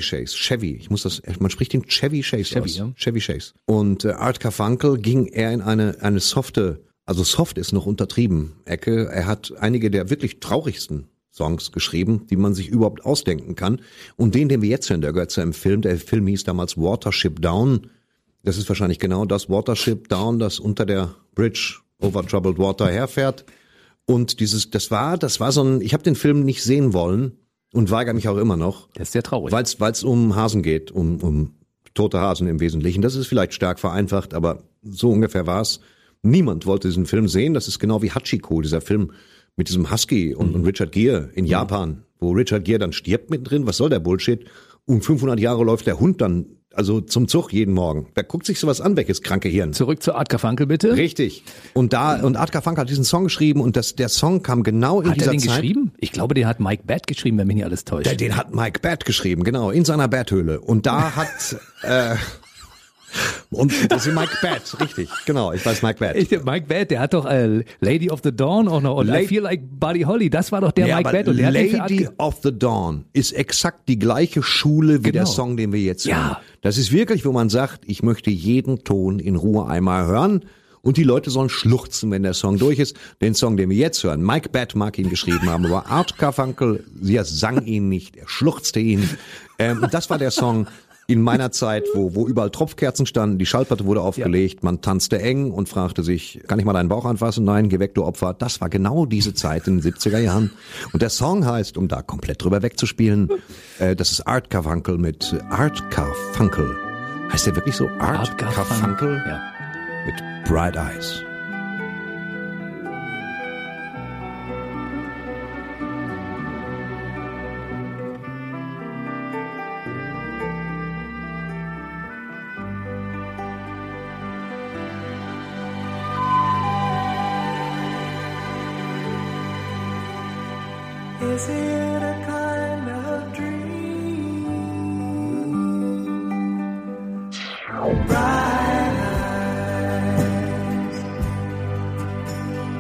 Man spricht den Chevy Chase aus. Ja. Chevy Chase. Und Art Garfunkel ging eher in eine softe, also soft ist noch untertrieben, Ecke. Er hat einige der wirklich traurigsten Songs geschrieben, die man sich überhaupt ausdenken kann. Und den wir jetzt hören, der gehört zu einem Film. Der Film hieß damals Watership Down. Das ist wahrscheinlich genau das Watership Down, das unter der Bridge over Troubled Water herfährt. Und das war so ein, ich habe den Film nicht sehen wollen und weigere mich auch immer noch. Das ist sehr traurig. Weil es um Hasen geht, um tote Hasen im Wesentlichen. Das ist vielleicht stark vereinfacht, aber so ungefähr war's. Niemand wollte diesen Film sehen. Das ist genau wie Hachiko, dieser Film mit diesem Husky und Richard Gere in Japan, wo Richard Gere dann stirbt mittendrin. Was soll der Bullshit? Um 500 Jahre läuft der Hund dann zum Zug jeden Morgen. Wer guckt sich sowas an, welches kranke Hirn? Zurück zu Art Garfunkel, bitte. Richtig. Und Art Garfunkel hat diesen Song geschrieben und der Song kam genau in dieser Zeit. Hat er den geschrieben? Ich glaube, den hat Mike Batt geschrieben, wenn mich nicht alles täuscht. Den hat Mike Batt geschrieben, genau, in seiner Betthöhle. Und da hat und das ist Mike Batt, richtig, genau, ich weiß Mike Batt. Mike Batt, der hat doch Lady of the Dawn auch noch und I Feel Like Buddy Holly, das war doch der Mike Batt. Und der Lady of the Dawn ist exakt die gleiche Schule wie der Song, den wir jetzt hören. Das ist wirklich, wo man sagt, ich möchte jeden Ton in Ruhe einmal hören und die Leute sollen schluchzen, wenn der Song durch ist. Den Song, den wir jetzt hören, Mike Batt mag ihn geschrieben haben, aber Art Garfunkel, sie sang ihn nicht, er schluchzte ihn. Das war der Song in meiner Zeit, wo überall Tropfkerzen standen, die Schallplatte wurde aufgelegt, man tanzte eng und fragte sich, kann ich mal deinen Bauch anfassen? Nein, geh weg, du Opfer. Das war genau diese Zeit in den 70er Jahren. Und der Song heißt, um da komplett drüber wegzuspielen, das ist Art Garfunkel mit Art Garfunkel. Heißt der wirklich so? Art Garfunkel? Ja. Mit Bright Eyes. Is it a kind of dream? Bright eyes,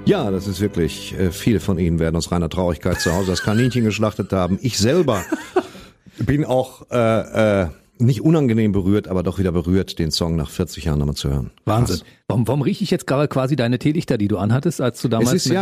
Ja, das ist wirklich, viele von Ihnen werden aus reiner Traurigkeit zu Hause das Kaninchen geschlachtet haben. Ich selber bin auch nicht unangenehm berührt, aber doch wieder berührt, den Song nach 40 Jahren nochmal zu hören. Wahnsinn. Warum rieche ich jetzt gerade quasi deine Teelichter, die du anhattest, als du damals... Es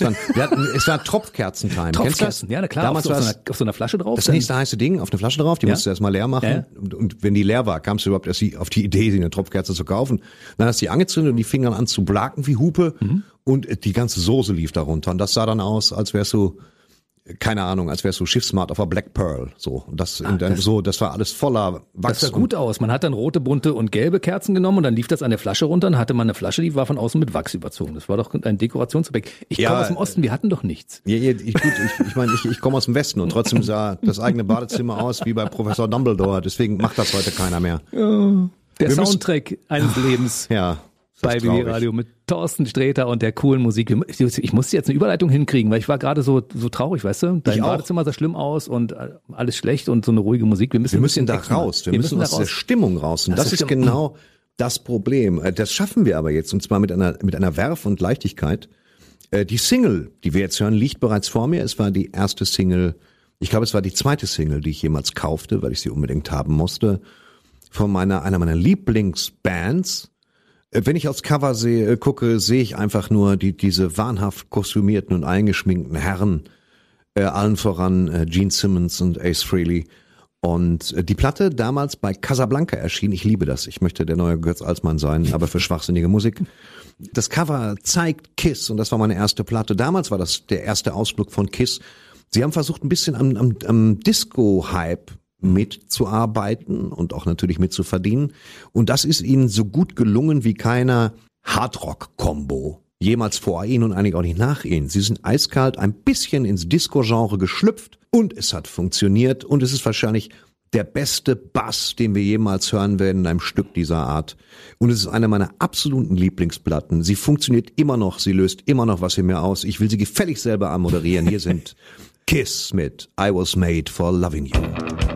war Tropfkerzen-Time. Tropfkerzen, ja, na klar, damals auf so einer Flasche drauf. Das nächste heiße Ding, auf eine Flasche drauf, die musst du erstmal leer machen. Ja. Und wenn die leer war, kamst du überhaupt erst auf die Idee, eine Tropfkerze zu kaufen. Dann hast du die angezündet und die fingen dann an zu blaken wie Hupe und die ganze Soße lief da runter. Und das sah dann aus, als wärst du... Keine Ahnung, als wärst du Schiffsmart auf der Black Pearl. So. Und das war alles voller Wachs. Das sah gut aus. Man hat dann rote, bunte und gelbe Kerzen genommen und dann lief das an der Flasche runter und hatte man eine Flasche, die war von außen mit Wachs überzogen. Das war doch ein Dekorationsobjekt. Ich komme aus dem Osten, wir hatten doch nichts. Ich komme aus dem Westen und trotzdem sah das eigene Badezimmer aus wie bei Professor Dumbledore. Deswegen macht das heute keiner mehr. Der Soundtrack eines Lebens. Ja. Bei BB Radio mit Thorsten Sträter und der coolen Musik. Ich musste jetzt eine Überleitung hinkriegen, weil ich war gerade so traurig, weißt du? Dein Badezimmer sah schlimm aus und alles schlecht und so eine ruhige Musik. Wir müssen da raus. Wir müssen aus der Stimmung raus. Und das ist genau das Problem. Das schaffen wir aber jetzt, und zwar mit einer Werf und Leichtigkeit. Die Single, die wir jetzt hören, liegt bereits vor mir. Es war die erste Single, ich glaube, es war die zweite Single, die ich jemals kaufte, weil ich sie unbedingt haben musste, von einer meiner Lieblingsbands. Wenn ich aufs Cover gucke, sehe ich einfach nur diese wahnhaft kostümierten und eingeschminkten Herren, allen voran Gene Simmons und Ace Frehley. Und die Platte damals bei Casablanca erschien. Ich liebe das. Ich möchte der neue Götz Alsmann sein, aber für schwachsinnige Musik. Das Cover zeigt Kiss und das war meine erste Platte. Damals war das der erste Ausflug von Kiss. Sie haben versucht, ein bisschen am Disco-Hype mitzuarbeiten und auch natürlich mitzuverdienen. Und das ist ihnen so gut gelungen wie keiner Hardrock-Kombo jemals vor ihnen und eigentlich auch nicht nach ihnen. Sie sind eiskalt ein bisschen ins Disco-Genre geschlüpft und es hat funktioniert und es ist wahrscheinlich der beste Bass, den wir jemals hören werden in einem Stück dieser Art. Und es ist eine meiner absoluten Lieblingsplatten. Sie funktioniert immer noch, sie löst immer noch was in mir aus. Ich will sie gefällig selber anmoderieren. Hier sind Kiss mit I Was Made for Loving You.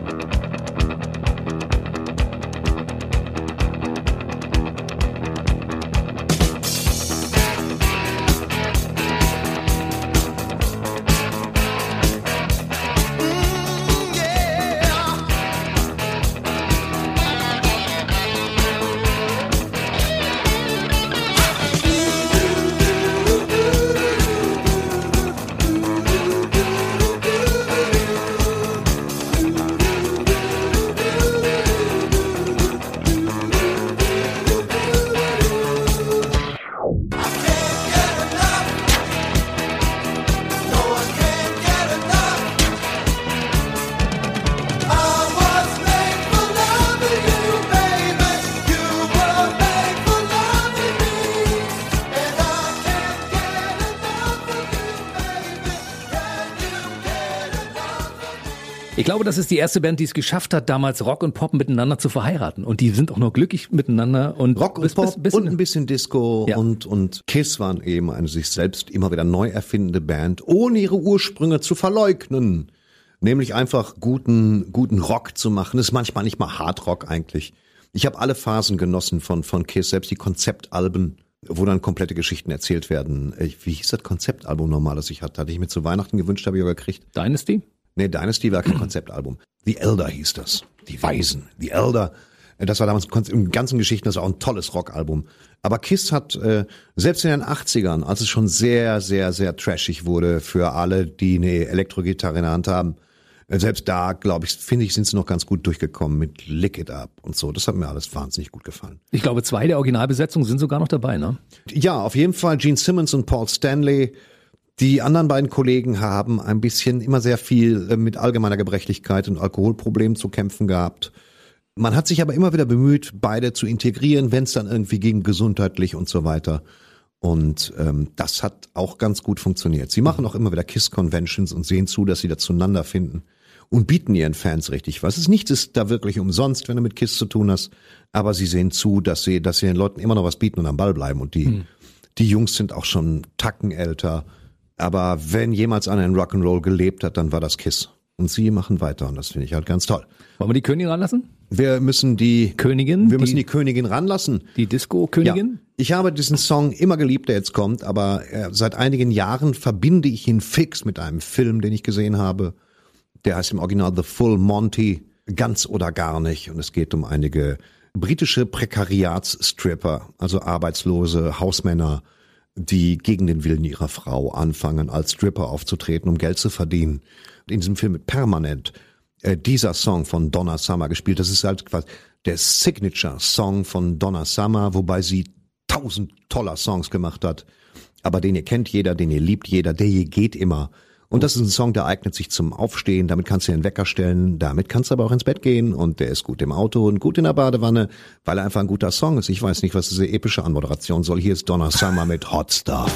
Ich glaube, das ist die erste Band, die es geschafft hat, damals Rock und Pop miteinander zu verheiraten. Und die sind auch noch glücklich miteinander. Und Rock und Pop und ein bisschen Disco und Kiss waren eben eine sich selbst immer wieder neu erfindende Band, ohne ihre Ursprünge zu verleugnen. Nämlich einfach guten Rock zu machen. Das ist manchmal nicht mal Hardrock eigentlich. Ich habe alle Phasen genossen von Kiss, selbst die Konzeptalben, wo dann komplette Geschichten erzählt werden. Wie hieß das Konzeptalbum nochmal, das ich hatte? Hatte ich mir zu Weihnachten gewünscht, habe ich aber gekriegt. Dynasty? Nee, Dynasty war kein Konzeptalbum. The Elder hieß das. Die Weisen. The Elder. Das war damals in ganzen Geschichten, das war auch ein tolles Rockalbum. Aber Kiss hat, selbst in den 80ern, als es schon sehr, sehr, sehr trashig wurde für alle, die eine Elektrogitarre in der Hand haben, selbst da, glaube ich, sind sie noch ganz gut durchgekommen mit Lick It Up und so. Das hat mir alles wahnsinnig gut gefallen. Ich glaube, 2 der Originalbesetzungen sind sogar noch dabei, ne? Ja, auf jeden Fall Gene Simmons und Paul Stanley. Die anderen beiden Kollegen haben ein bisschen immer sehr viel mit allgemeiner Gebrechlichkeit und Alkoholproblemen zu kämpfen gehabt. Man hat sich aber immer wieder bemüht, beide zu integrieren, wenn es dann irgendwie ging, gesundheitlich und so weiter. Und das hat auch ganz gut funktioniert. Sie machen auch immer wieder Kiss-Conventions und sehen zu, dass sie da zueinander finden und bieten ihren Fans richtig was. Nichts ist da wirklich umsonst, wenn du mit Kiss zu tun hast, aber sie sehen zu, dass sie den Leuten immer noch was bieten und am Ball bleiben. Und die Jungs sind auch schon Tacken älter. Aber wenn jemals einer in Rock'n'Roll gelebt hat, dann war das Kiss. Und sie machen weiter und das finde ich halt ganz toll. Wollen wir die Königin ranlassen? Wir müssen die Königin? Wir müssen die Königin ranlassen. Die Disco-Königin? Ja. Ich habe diesen Song immer geliebt, der jetzt kommt, aber seit einigen Jahren verbinde ich ihn fix mit einem Film, den ich gesehen habe. Der heißt im Original The Full Monty, ganz oder gar nicht. Und es geht um einige britische Prekariatsstripper, also arbeitslose Hausmänner, die gegen den Willen ihrer Frau anfangen, als Stripper aufzutreten, um Geld zu verdienen. In diesem Film wird permanent dieser Song von Donna Summer gespielt. Das ist halt quasi der Signature-Song von Donna Summer, wobei sie 1000 toller Songs gemacht hat. Aber den ihr kennt jeder, den ihr liebt jeder, der hier geht immer. Und das ist ein Song, der eignet sich zum Aufstehen. Damit kannst du einen Wecker stellen. Damit kannst du aber auch ins Bett gehen. Und der ist gut im Auto und gut in der Badewanne, weil er einfach ein guter Song ist. Ich weiß nicht, was diese epische Anmoderation soll. Hier ist Donna Summer mit Hot Stuff.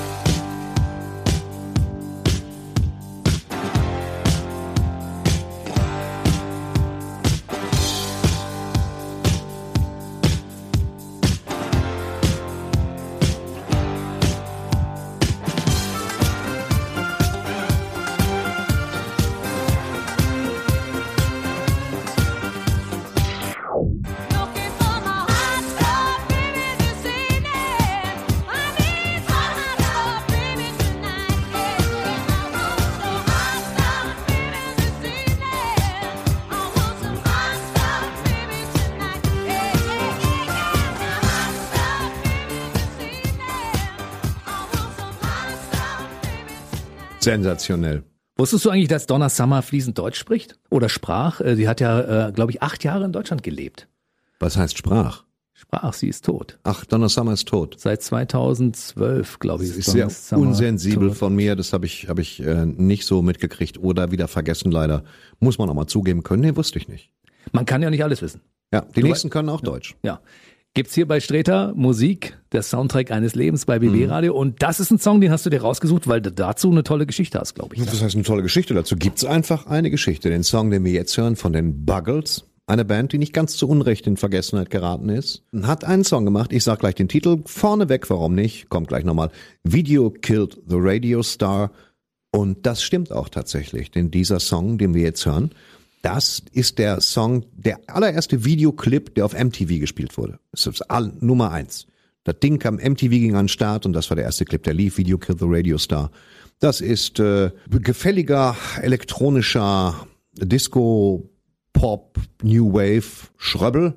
Looking for my hot stuff, baby, this evening. I need some hot stuff, baby, tonight. Yeah, I want some hot stuff, baby, this evening. I want some hot stuff, baby, tonight. Yeah, hot stuff, baby, this evening. I want some hot stuff, baby, tonight. Sensationell. Wusstest du eigentlich, dass Donna Summer fließend Deutsch spricht? Oder sprach? Sie hat ja, glaube ich, 8 Jahre in Deutschland gelebt. Was heißt Sprach? Sprach, sie ist tot. Ach, Donna Summer ist tot. Seit 2012, glaube ich, Das ist ist sehr Donna Summer unsensibel tot. von mir. Das habe ich nicht so mitgekriegt oder wieder vergessen leider. Muss man auch mal zugeben können. Nee, wusste ich nicht. Man kann ja nicht alles wissen. Ja, die nächsten können auch Deutsch. Ja. Gibt's hier bei Sträter Musik, der Soundtrack eines Lebens bei BB Radio. Und das ist ein Song, den hast du dir rausgesucht, weil du dazu eine tolle Geschichte hast, glaube ich. Das heißt eine tolle Geschichte. Dazu gibt's einfach eine Geschichte. Den Song, den wir jetzt hören von den Buggles, eine Band, die nicht ganz zu Unrecht in Vergessenheit geraten ist, hat einen Song gemacht. Ich sag gleich den Titel. Vorneweg, warum nicht? Kommt gleich nochmal. Video Killed the Radio Star. Und das stimmt auch tatsächlich. Denn dieser Song, den wir jetzt hören, das ist der Song, der allererste Videoclip, der auf MTV gespielt wurde. Das ist Nummer 1. Das Ding kam, MTV ging an den Start und das war der erste Clip, der lief, Video Killed the Radio Star. Das ist gefälliger, elektronischer Disco, Pop, New Wave, Schröbbel.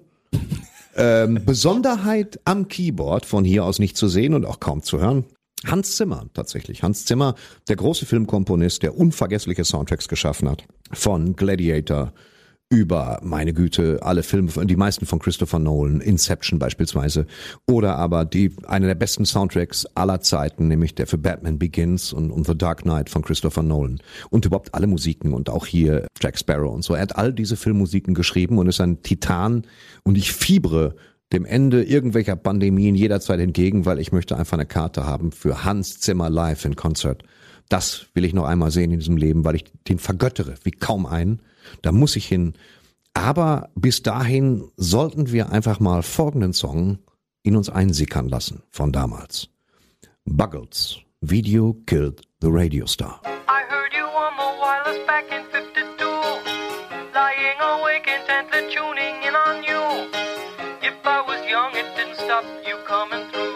Besonderheit am Keyboard, von hier aus nicht zu sehen und auch kaum zu hören. Hans Zimmer tatsächlich. Hans Zimmer, der große Filmkomponist, der unvergessliche Soundtracks geschaffen hat. Von Gladiator über, meine Güte, alle Filme, die meisten von Christopher Nolan, Inception beispielsweise. Oder aber eine der besten Soundtracks aller Zeiten, nämlich der für Batman Begins und The Dark Knight von Christopher Nolan. Und überhaupt alle Musiken und auch hier Jack Sparrow und so. Er hat all diese Filmmusiken geschrieben und ist ein Titan. Und ich fiebere dem Ende irgendwelcher Pandemien jederzeit entgegen, weil ich möchte einfach eine Karte haben für Hans Zimmer live in Konzert. Das will ich noch einmal sehen in diesem Leben, weil ich den vergöttere wie kaum einen. Da muss ich hin. Aber bis dahin sollten wir einfach mal folgenden Song in uns einsickern lassen von damals. Buggles, Video Killed the Radio Star. I heard you on the wireless back in 52, lying awake intently tuning in on you. If I was young, it didn't stop you coming through.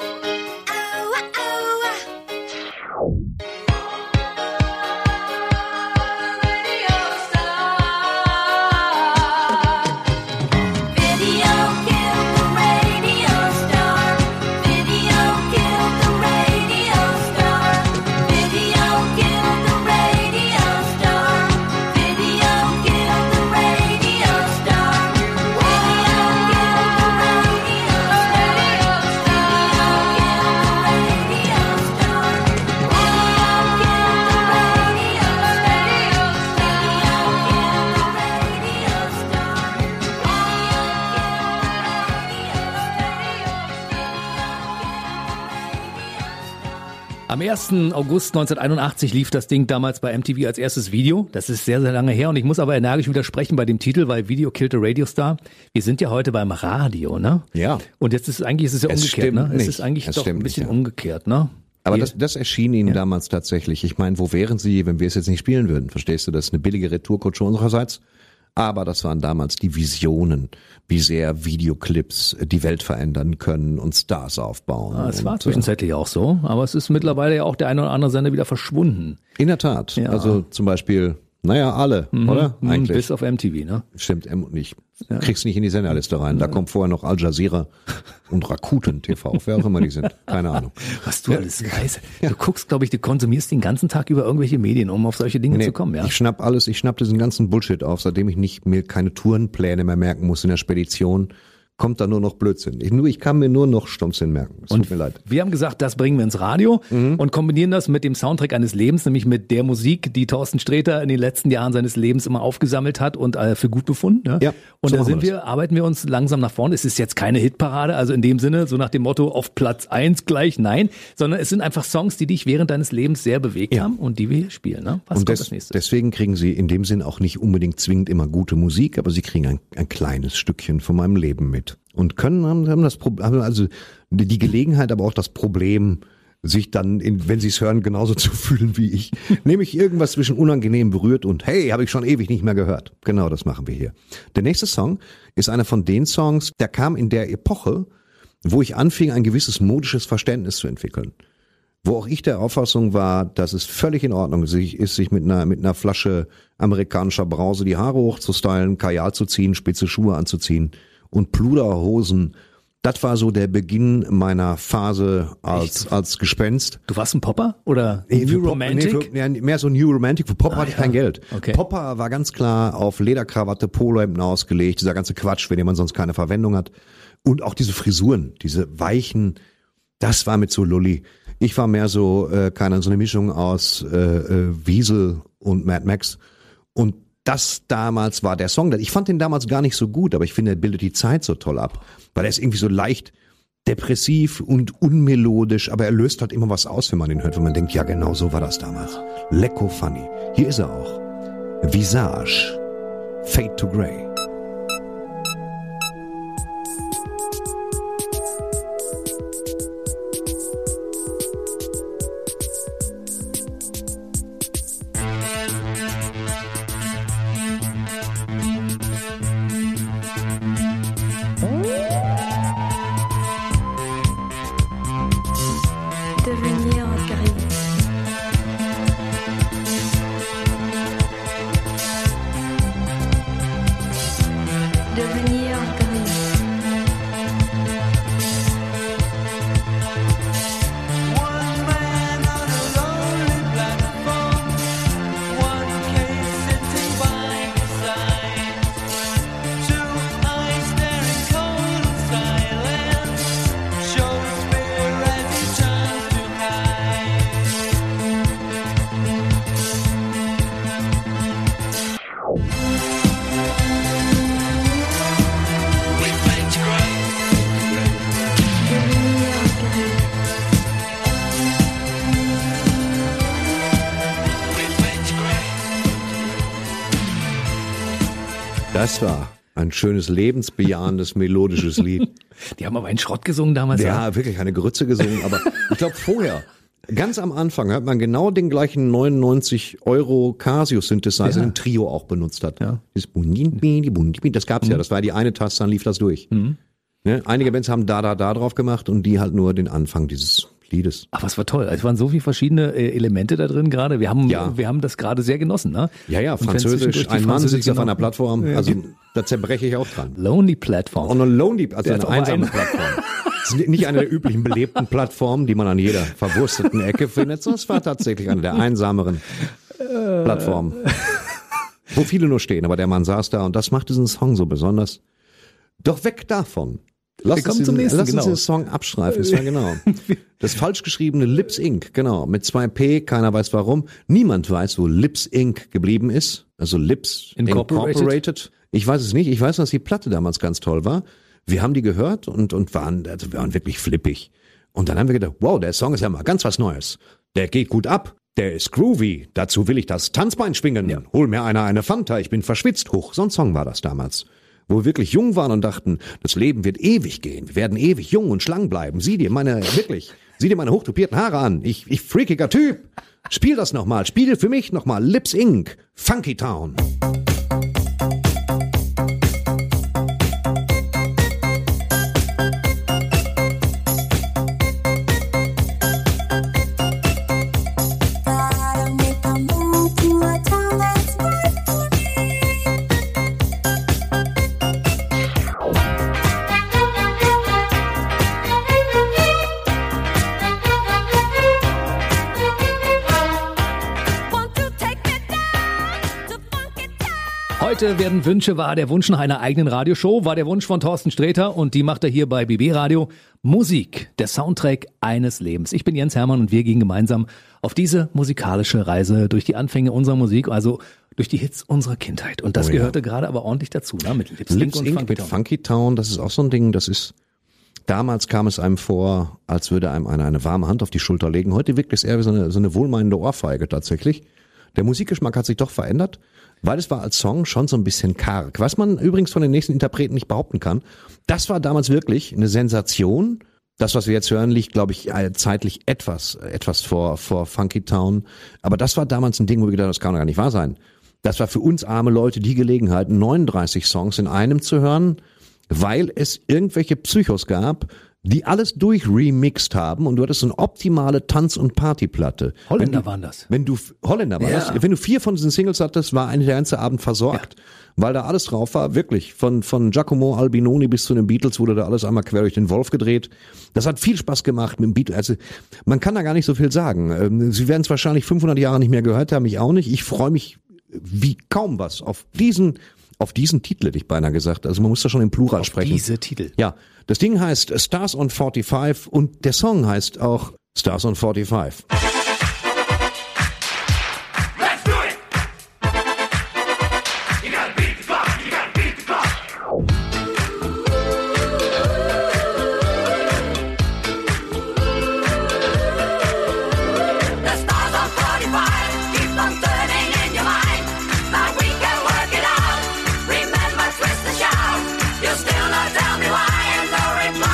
Am 1. August 1981 lief das Ding damals bei MTV als erstes Video. Das ist sehr, sehr lange her und ich muss aber energisch widersprechen bei dem Titel, weil Video Killed the Radio Star. Wir sind ja heute beim Radio, ne? Ja. Und jetzt ist es ja umgekehrt, ne? Es nicht. ist eigentlich Es doch stimmt ein bisschen nicht, ja. umgekehrt, ne? Aber das erschien Ihnen damals tatsächlich. Ich meine, wo wären Sie, wenn wir es jetzt nicht spielen würden? Verstehst du, das ist eine billige Retourkutsche unsererseits. Aber das waren damals die Visionen, wie sehr Videoclips die Welt verändern können und Stars aufbauen. Es war zwischenzeitlich auch so, aber es ist mittlerweile ja auch der eine oder andere Sender wieder verschwunden. In der Tat. Ja. Also zum Beispiel, alle, oder? Eigentlich. Bis auf MTV, ne? Stimmt, ich krieg's nicht in die Senderliste rein. Da kommt vorher noch Al Jazeera und Rakuten TV, wer auch immer die sind. Keine Ahnung. Was du alles weißt. Du guckst, glaube ich, du konsumierst den ganzen Tag über irgendwelche Medien, um auf solche Dinge zu kommen, ja? Ich schnapp diesen ganzen Bullshit auf, seitdem ich mir keine Tourenpläne mehr merken muss in der Spedition. Kommt da nur noch Blödsinn. Ich kann mir nur noch Stumpfsinn merken. Es tut mir leid. Wir haben gesagt, das bringen wir ins Radio und kombinieren das mit dem Soundtrack eines Lebens, nämlich mit der Musik, die Thorsten Sträter in den letzten Jahren seines Lebens immer aufgesammelt hat und für gut befunden. Ne? Ja, und so da machen arbeiten wir uns langsam nach vorne. Es ist jetzt keine Hitparade, also in dem Sinne, so nach dem Motto auf Platz 1 gleich, nein, sondern es sind einfach Songs, die dich während deines Lebens sehr bewegt haben und die wir hier spielen. Ne? Was kommt als nächstes? Deswegen kriegen Sie in dem Sinn auch nicht unbedingt zwingend immer gute Musik, aber Sie kriegen ein kleines Stückchen von meinem Leben mit. Und haben also die Gelegenheit, aber auch das Problem, sich dann, wenn sie es hören, genauso zu fühlen wie ich. Nämlich irgendwas zwischen unangenehm berührt und hey, habe ich schon ewig nicht mehr gehört. Genau, das machen wir hier. Der nächste Song ist einer von den Songs, der kam in der Epoche, wo ich anfing, ein gewisses modisches Verständnis zu entwickeln. Wo auch ich der Auffassung war, dass es völlig in Ordnung ist, sich mit einer Flasche amerikanischer Brause die Haare hochzustylen, Kajal zu ziehen, spitze Schuhe anzuziehen und Pluderhosen. Das war so der Beginn meiner Phase als Gespenst. Du warst ein Popper oder New Romantic? Mehr so New Romantic. Für Popper hatte ich kein Geld. Okay. Popper war ganz klar auf Lederkrawatte, Polohemden ausgelegt. Dieser ganze Quatsch, für den man sonst keine Verwendung hat. Und auch diese Frisuren, diese weichen, das war mit so Lulli. Ich war mehr so, so eine Mischung aus Wiesel und Mad Max. Und das damals war der Song. Ich fand den damals gar nicht so gut, aber ich finde, er bildet die Zeit so toll ab. Weil er ist irgendwie so leicht depressiv und unmelodisch, aber er löst halt immer was aus, wenn man ihn hört, wenn man denkt, ja genau, so war das damals. Lecko funny. Hier ist er auch. Visage. Fade to Grey. Devenir gris. Devenir gris. One man on a lonely platform, one case sitting by his side, two eyes staring cold and silent, shows fear as he turns to hide. We fade to grey. Devenir gris. We fade to grey. Das war ein schönes, lebensbejahendes, melodisches Lied. Die haben aber einen Schrott gesungen damals. Ja, wirklich eine Grütze gesungen, aber ich glaube vorher, ganz am Anfang hat man genau den gleichen 99 € Casio-Synthesizer, den Trio auch benutzt hat. Ja. Das gab's ja, das war die eine Taste, dann lief das durch. Ne? Einige Bands haben da drauf gemacht und die halt nur den Anfang dieses Liedes. Aber es war toll. Es waren so viele verschiedene Elemente da drin gerade. Wir haben das gerade sehr genossen, ne? Ja, Und wenn Französisch, zwischendurch die ein Mann Französisch sitzt auf genau- einer Plattform, also da zerbreche ich auch dran. Lonely Platform. On a lonely, also Der eine hat auch einsame einen- Plattform. Es ist nicht eine der üblichen belebten Plattformen, die man an jeder verwursteten Ecke findet, sondern es war tatsächlich eine der einsameren Plattformen, wo viele nur stehen. Aber der Mann saß da und das macht diesen Song so besonders. Doch weg davon. Lass kommen zum nächsten, Lass uns genau. den Song abstreifen. Das war genau. Das falsch geschriebene Lips Inc., genau, mit 2 P, keiner weiß warum. Niemand weiß, wo Lips Inc. geblieben ist. Also Lips Incorporated. Ich weiß es nicht. Ich weiß, dass die Platte damals ganz toll war. Wir haben die gehört und waren wirklich flippig. Und dann haben wir gedacht, wow, der Song ist ja mal ganz was Neues. Der geht gut ab. Der ist groovy. Dazu will ich das Tanzbein schwingen. Ja. Hol mir einer eine Fanta, ich bin verschwitzt. Hoch, so ein Song war das damals. Wo wir wirklich jung waren und dachten, das Leben wird ewig gehen. Wir werden ewig jung und schlank bleiben. Sieh dir, wirklich, Sieh dir meine hochtupierten Haare an. Ich freakiger Typ. Spiel das nochmal. Spiel für mich nochmal. Lips Inc. Funky Town. Heute werden Wünsche wahr. Der Wunsch nach einer eigenen Radioshow war der Wunsch von Thorsten Sträter und die macht er hier bei BB Radio. Musik, der Soundtrack eines Lebens. Ich bin Jens Hermann und wir gehen gemeinsam auf diese musikalische Reise durch die Anfänge unserer Musik, also durch die Hits unserer Kindheit. Und das gehörte gerade aber ordentlich dazu, ne? Mit Lips Inc. und Funky Town. Funky Town, das ist auch so ein Ding, das ist, damals kam es einem vor, als würde einem einer eine warme Hand auf die Schulter legen. Heute wirkt es eher wie so eine wohlmeinende Ohrfeige tatsächlich. Der Musikgeschmack hat sich doch verändert, weil es war als Song schon so ein bisschen karg. Was man übrigens von den nächsten Interpreten nicht behaupten kann, das war damals wirklich eine Sensation. Das, was wir jetzt hören, liegt, glaube ich, zeitlich etwas vor Funky Town. Aber das war damals ein Ding, wo wir gedacht haben, das kann doch gar nicht wahr sein. Das war für uns arme Leute die Gelegenheit, 39 Songs in einem zu hören, weil es irgendwelche Psychos gab, die alles durchremixed haben und du hattest so eine optimale Tanz- und Partyplatte. Holländer waren das. Holländer war das. Wenn du 4 von diesen Singles hattest, war eigentlich der ganze Abend versorgt, weil da alles drauf war, wirklich. Von Giacomo Albinoni bis zu den Beatles wurde da alles einmal quer durch den Wolf gedreht. Das hat viel Spaß gemacht mit dem Beatles. Also, man kann da gar nicht so viel sagen. Sie werden es wahrscheinlich 500 Jahre nicht mehr gehört haben, ich auch nicht. Ich freue mich wie kaum was auf diesen Titel, hätte ich beinahe gesagt. Also man muss da schon im Plural sprechen. Diese Titel. Ja, das Ding heißt Stars on 45 und der Song heißt auch Stars on 45. Let's do it! You gotta beat the clock, you gotta beat the clock. The stars on 45 keep on turning in your mind. Now we can work it out. Remember, twist and shout. You still not tell me why and no reply.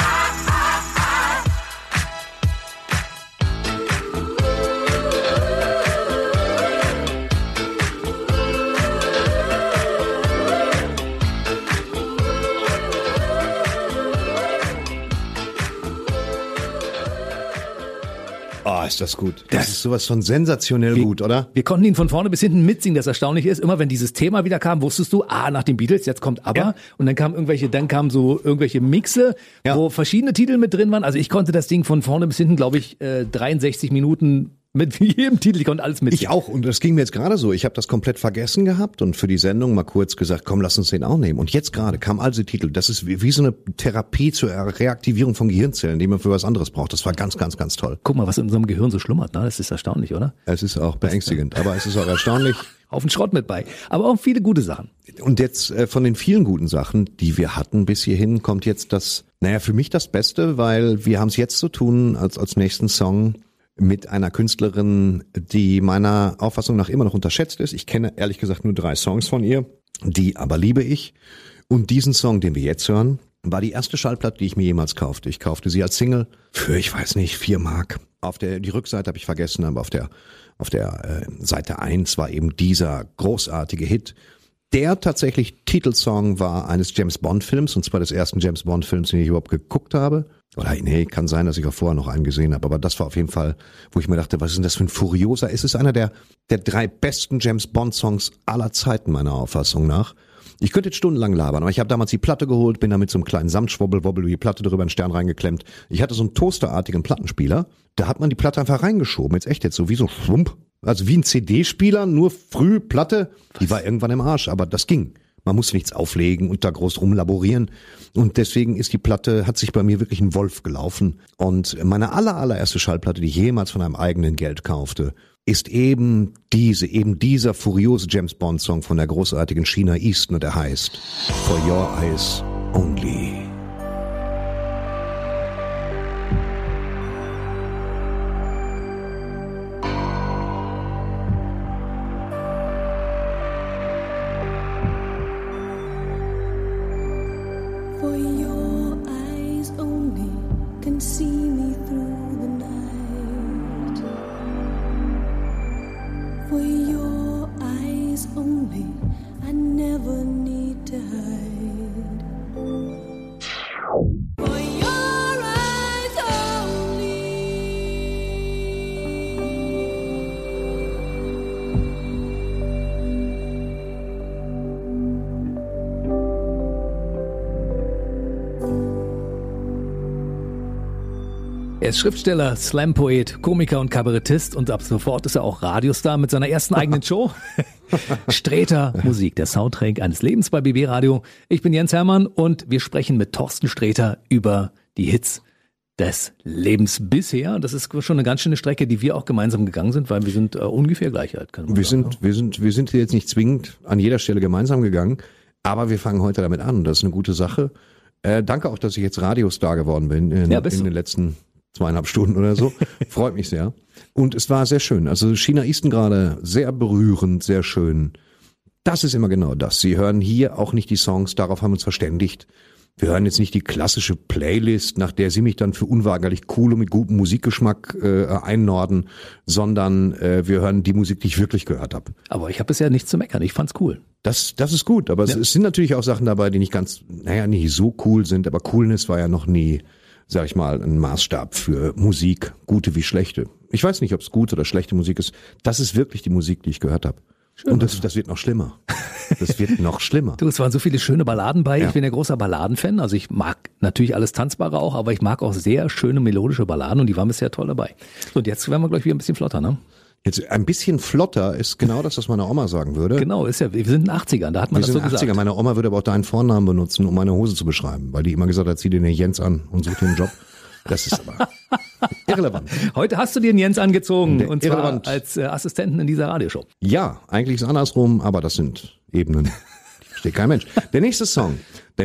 Oh, ist das gut. Das ist sowas von sensationell gut, oder? Wir konnten ihn von vorne bis hinten mitsingen. Das Erstaunliche ist, immer wenn dieses Thema wieder kam, wusstest du, nach den Beatles, jetzt kommt ABBA. Ja. Und dann kamen so irgendwelche Mixe, wo verschiedene Titel mit drin waren. Also ich konnte das Ding von vorne bis hinten, glaube ich, 63 Minuten mit jedem Titel, ich konnte alles mitsingen. Ich auch, und das ging mir jetzt gerade so. Ich habe das komplett vergessen gehabt und für die Sendung mal kurz gesagt, komm, lass uns den auch nehmen. Und jetzt gerade kam also der Titel. Das ist wie so eine Therapie zur Reaktivierung von Gehirnzellen, die man für was anderes braucht. Das war ganz, ganz, ganz toll. Guck mal, was in unserem Gehirn so schlummert, ne? Das ist erstaunlich, oder? Es ist auch beängstigend, aber es ist auch erstaunlich. Auf den Schrott mit bei. Aber auch viele gute Sachen. Und jetzt von den vielen guten Sachen, die wir hatten bis hierhin, kommt jetzt für mich das Beste, weil wir haben es jetzt zu tun als nächsten Song mit einer Künstlerin, die meiner Auffassung nach immer noch unterschätzt ist. Ich kenne ehrlich gesagt nur 3 Songs von ihr, die aber liebe ich. Und diesen Song, den wir jetzt hören, war die erste Schallplatte, die ich mir jemals kaufte. Ich kaufte sie als Single für, ich weiß nicht, 4 Mark. Die Rückseite habe ich vergessen, aber auf der Seite 1 war eben dieser großartige Hit. Der tatsächlich Titelsong war eines James-Bond-Films, und zwar des ersten James-Bond-Films, den ich überhaupt geguckt habe. Oder nee, kann sein, dass ich auch vorher noch einen gesehen habe, aber das war auf jeden Fall, wo ich mir dachte, was ist denn das für ein Furioser? Es ist einer der 3 besten James-Bond-Songs aller Zeiten, meiner Auffassung nach. Ich könnte jetzt stundenlang labern, aber ich habe damals die Platte geholt, bin da mit so einem kleinen Samtschwobbel die Platte drüber einen Stern reingeklemmt. Ich hatte so einen toasterartigen Plattenspieler, da hat man die Platte einfach reingeschoben, jetzt so wie so Schwump. Also wie ein CD-Spieler, nur früh Platte, die war irgendwann im Arsch, aber das ging. Man muss nichts auflegen und da groß rumlaborieren. Und deswegen ist die Platte, hat sich bei mir wirklich ein Wolf gelaufen. Und meine allererste Schallplatte, die ich jemals von einem eigenen Geld kaufte, ist eben dieser furiose James Bond Song von der großartigen Sheena Easton, und der heißt For Your Eyes Only. For your eyes only can see me through Er ist Schriftsteller, Slam-Poet, Komiker und Kabarettist und ab sofort ist er auch Radiostar mit seiner ersten eigenen Show. Sträter Musik, der Soundtrack eines Lebens bei BB Radio. Ich bin Jens Hermann und wir sprechen mit Thorsten Sträter über die Hits des Lebens bisher. Das ist schon eine ganz schöne Strecke, die wir auch gemeinsam gegangen sind, weil wir sind ungefähr gleich alt. Kann man sagen, Wir sind jetzt nicht zwingend an jeder Stelle gemeinsam gegangen, aber wir fangen heute damit an. Das ist eine gute Sache. Danke auch, dass ich jetzt Radiostar geworden bin in den letzten 2,5 Stunden oder so. Freut mich sehr. Und es war sehr schön. Also China Easton gerade sehr berührend, sehr schön. Das ist immer genau das. Sie hören hier auch nicht die Songs, darauf haben wir uns verständigt. Wir hören jetzt nicht die klassische Playlist, nach der Sie mich dann für unweigerlich cool und mit gutem Musikgeschmack einnorden, sondern wir hören die Musik, die ich wirklich gehört habe. Aber ich habe bisher nichts zu meckern. Ich fand's cool. Das ist gut, aber es sind natürlich auch Sachen dabei, die nicht so cool sind, aber Coolness war ja noch nie, sag ich mal, ein Maßstab für Musik, gute wie schlechte. Ich weiß nicht, ob es gute oder schlechte Musik ist. Das ist wirklich die Musik, die ich gehört habe. Schön. Und das wird noch schlimmer. Das wird noch schlimmer. Du, es waren so viele schöne Balladen bei. Ja. Ich bin ja großer Balladenfan. Also ich mag natürlich alles Tanzbare auch, aber ich mag auch sehr schöne melodische Balladen und die waren bisher toll dabei. So, und jetzt werden wir gleich wieder ein bisschen flotter, ne? Jetzt ein bisschen flotter ist genau das, was meine Oma sagen würde. Genau, ist ja, wir sind in den 80ern, da hat man Wir das so sind 80er. gesagt. Meine Oma würde aber auch deinen Vornamen benutzen, um meine Hose zu beschreiben, weil die immer gesagt hat, zieh dir den Jens an und such dir einen Job. Das ist aber irrelevant. Heute hast du dir den Jens angezogen und zwar Irrelevant. als Assistenten in dieser Radioshow. Ja, eigentlich ist es andersrum, aber das sind Ebenen, die versteht kein Mensch. Der nächste Song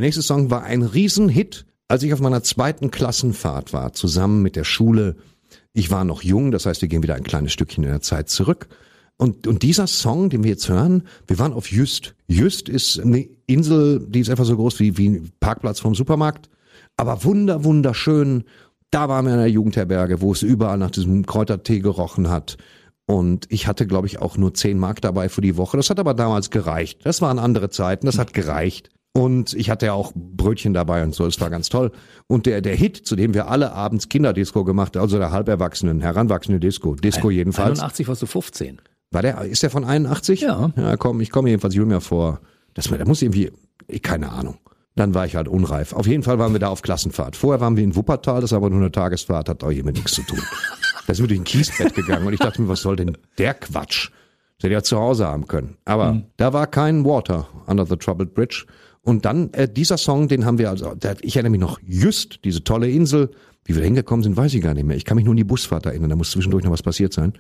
war ein Riesenhit, als ich auf meiner 2. Klassenfahrt war, zusammen mit der Schule. Ich war noch jung, das heißt, wir gehen wieder ein kleines Stückchen in der Zeit zurück. Und dieser Song, den wir jetzt hören, wir waren auf Jüst. Jüst ist eine Insel, die ist einfach so groß wie ein Parkplatz vom Supermarkt, aber wunderschön. Da waren wir in einer Jugendherberge, wo es überall nach diesem Kräutertee gerochen hat. Und ich hatte, glaube ich, auch nur 10 Mark dabei für die Woche. Das hat aber damals gereicht. Das waren andere Zeiten, das hat gereicht. Und ich hatte ja auch Brötchen dabei und so, es war ganz toll. Und der Hit, zu dem wir alle abends Kinderdisco gemacht haben, also der heranwachsende Disco jedenfalls. 81 warst du 15. Ist der von 81? Ja. Ja, komm, ich komme jedenfalls jünger vor. Da muss irgendwie, keine Ahnung. Dann war ich halt unreif. Auf jeden Fall waren wir da auf Klassenfahrt. Vorher waren wir in Wuppertal, das ist aber nur eine Tagesfahrt, hat auch hier mit nichts zu tun. Da sind wir durch ein Kiesbett gegangen und ich dachte mir, was soll denn der Quatsch? Das hätte ich ja zu Hause haben können. Aber da war kein Water under the Troubled Bridge. Und dann dieser Song, den haben wir ich erinnere mich noch, Jüst, diese tolle Insel. Wie wir da hingekommen sind, weiß ich gar nicht mehr. Ich kann mich nur an die Busfahrt erinnern, da muss zwischendurch noch was passiert sein.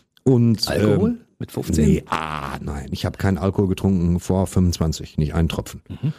Und Alkohol? Mit 15? Nein, ich habe keinen Alkohol getrunken vor 25, nicht einen Tropfen.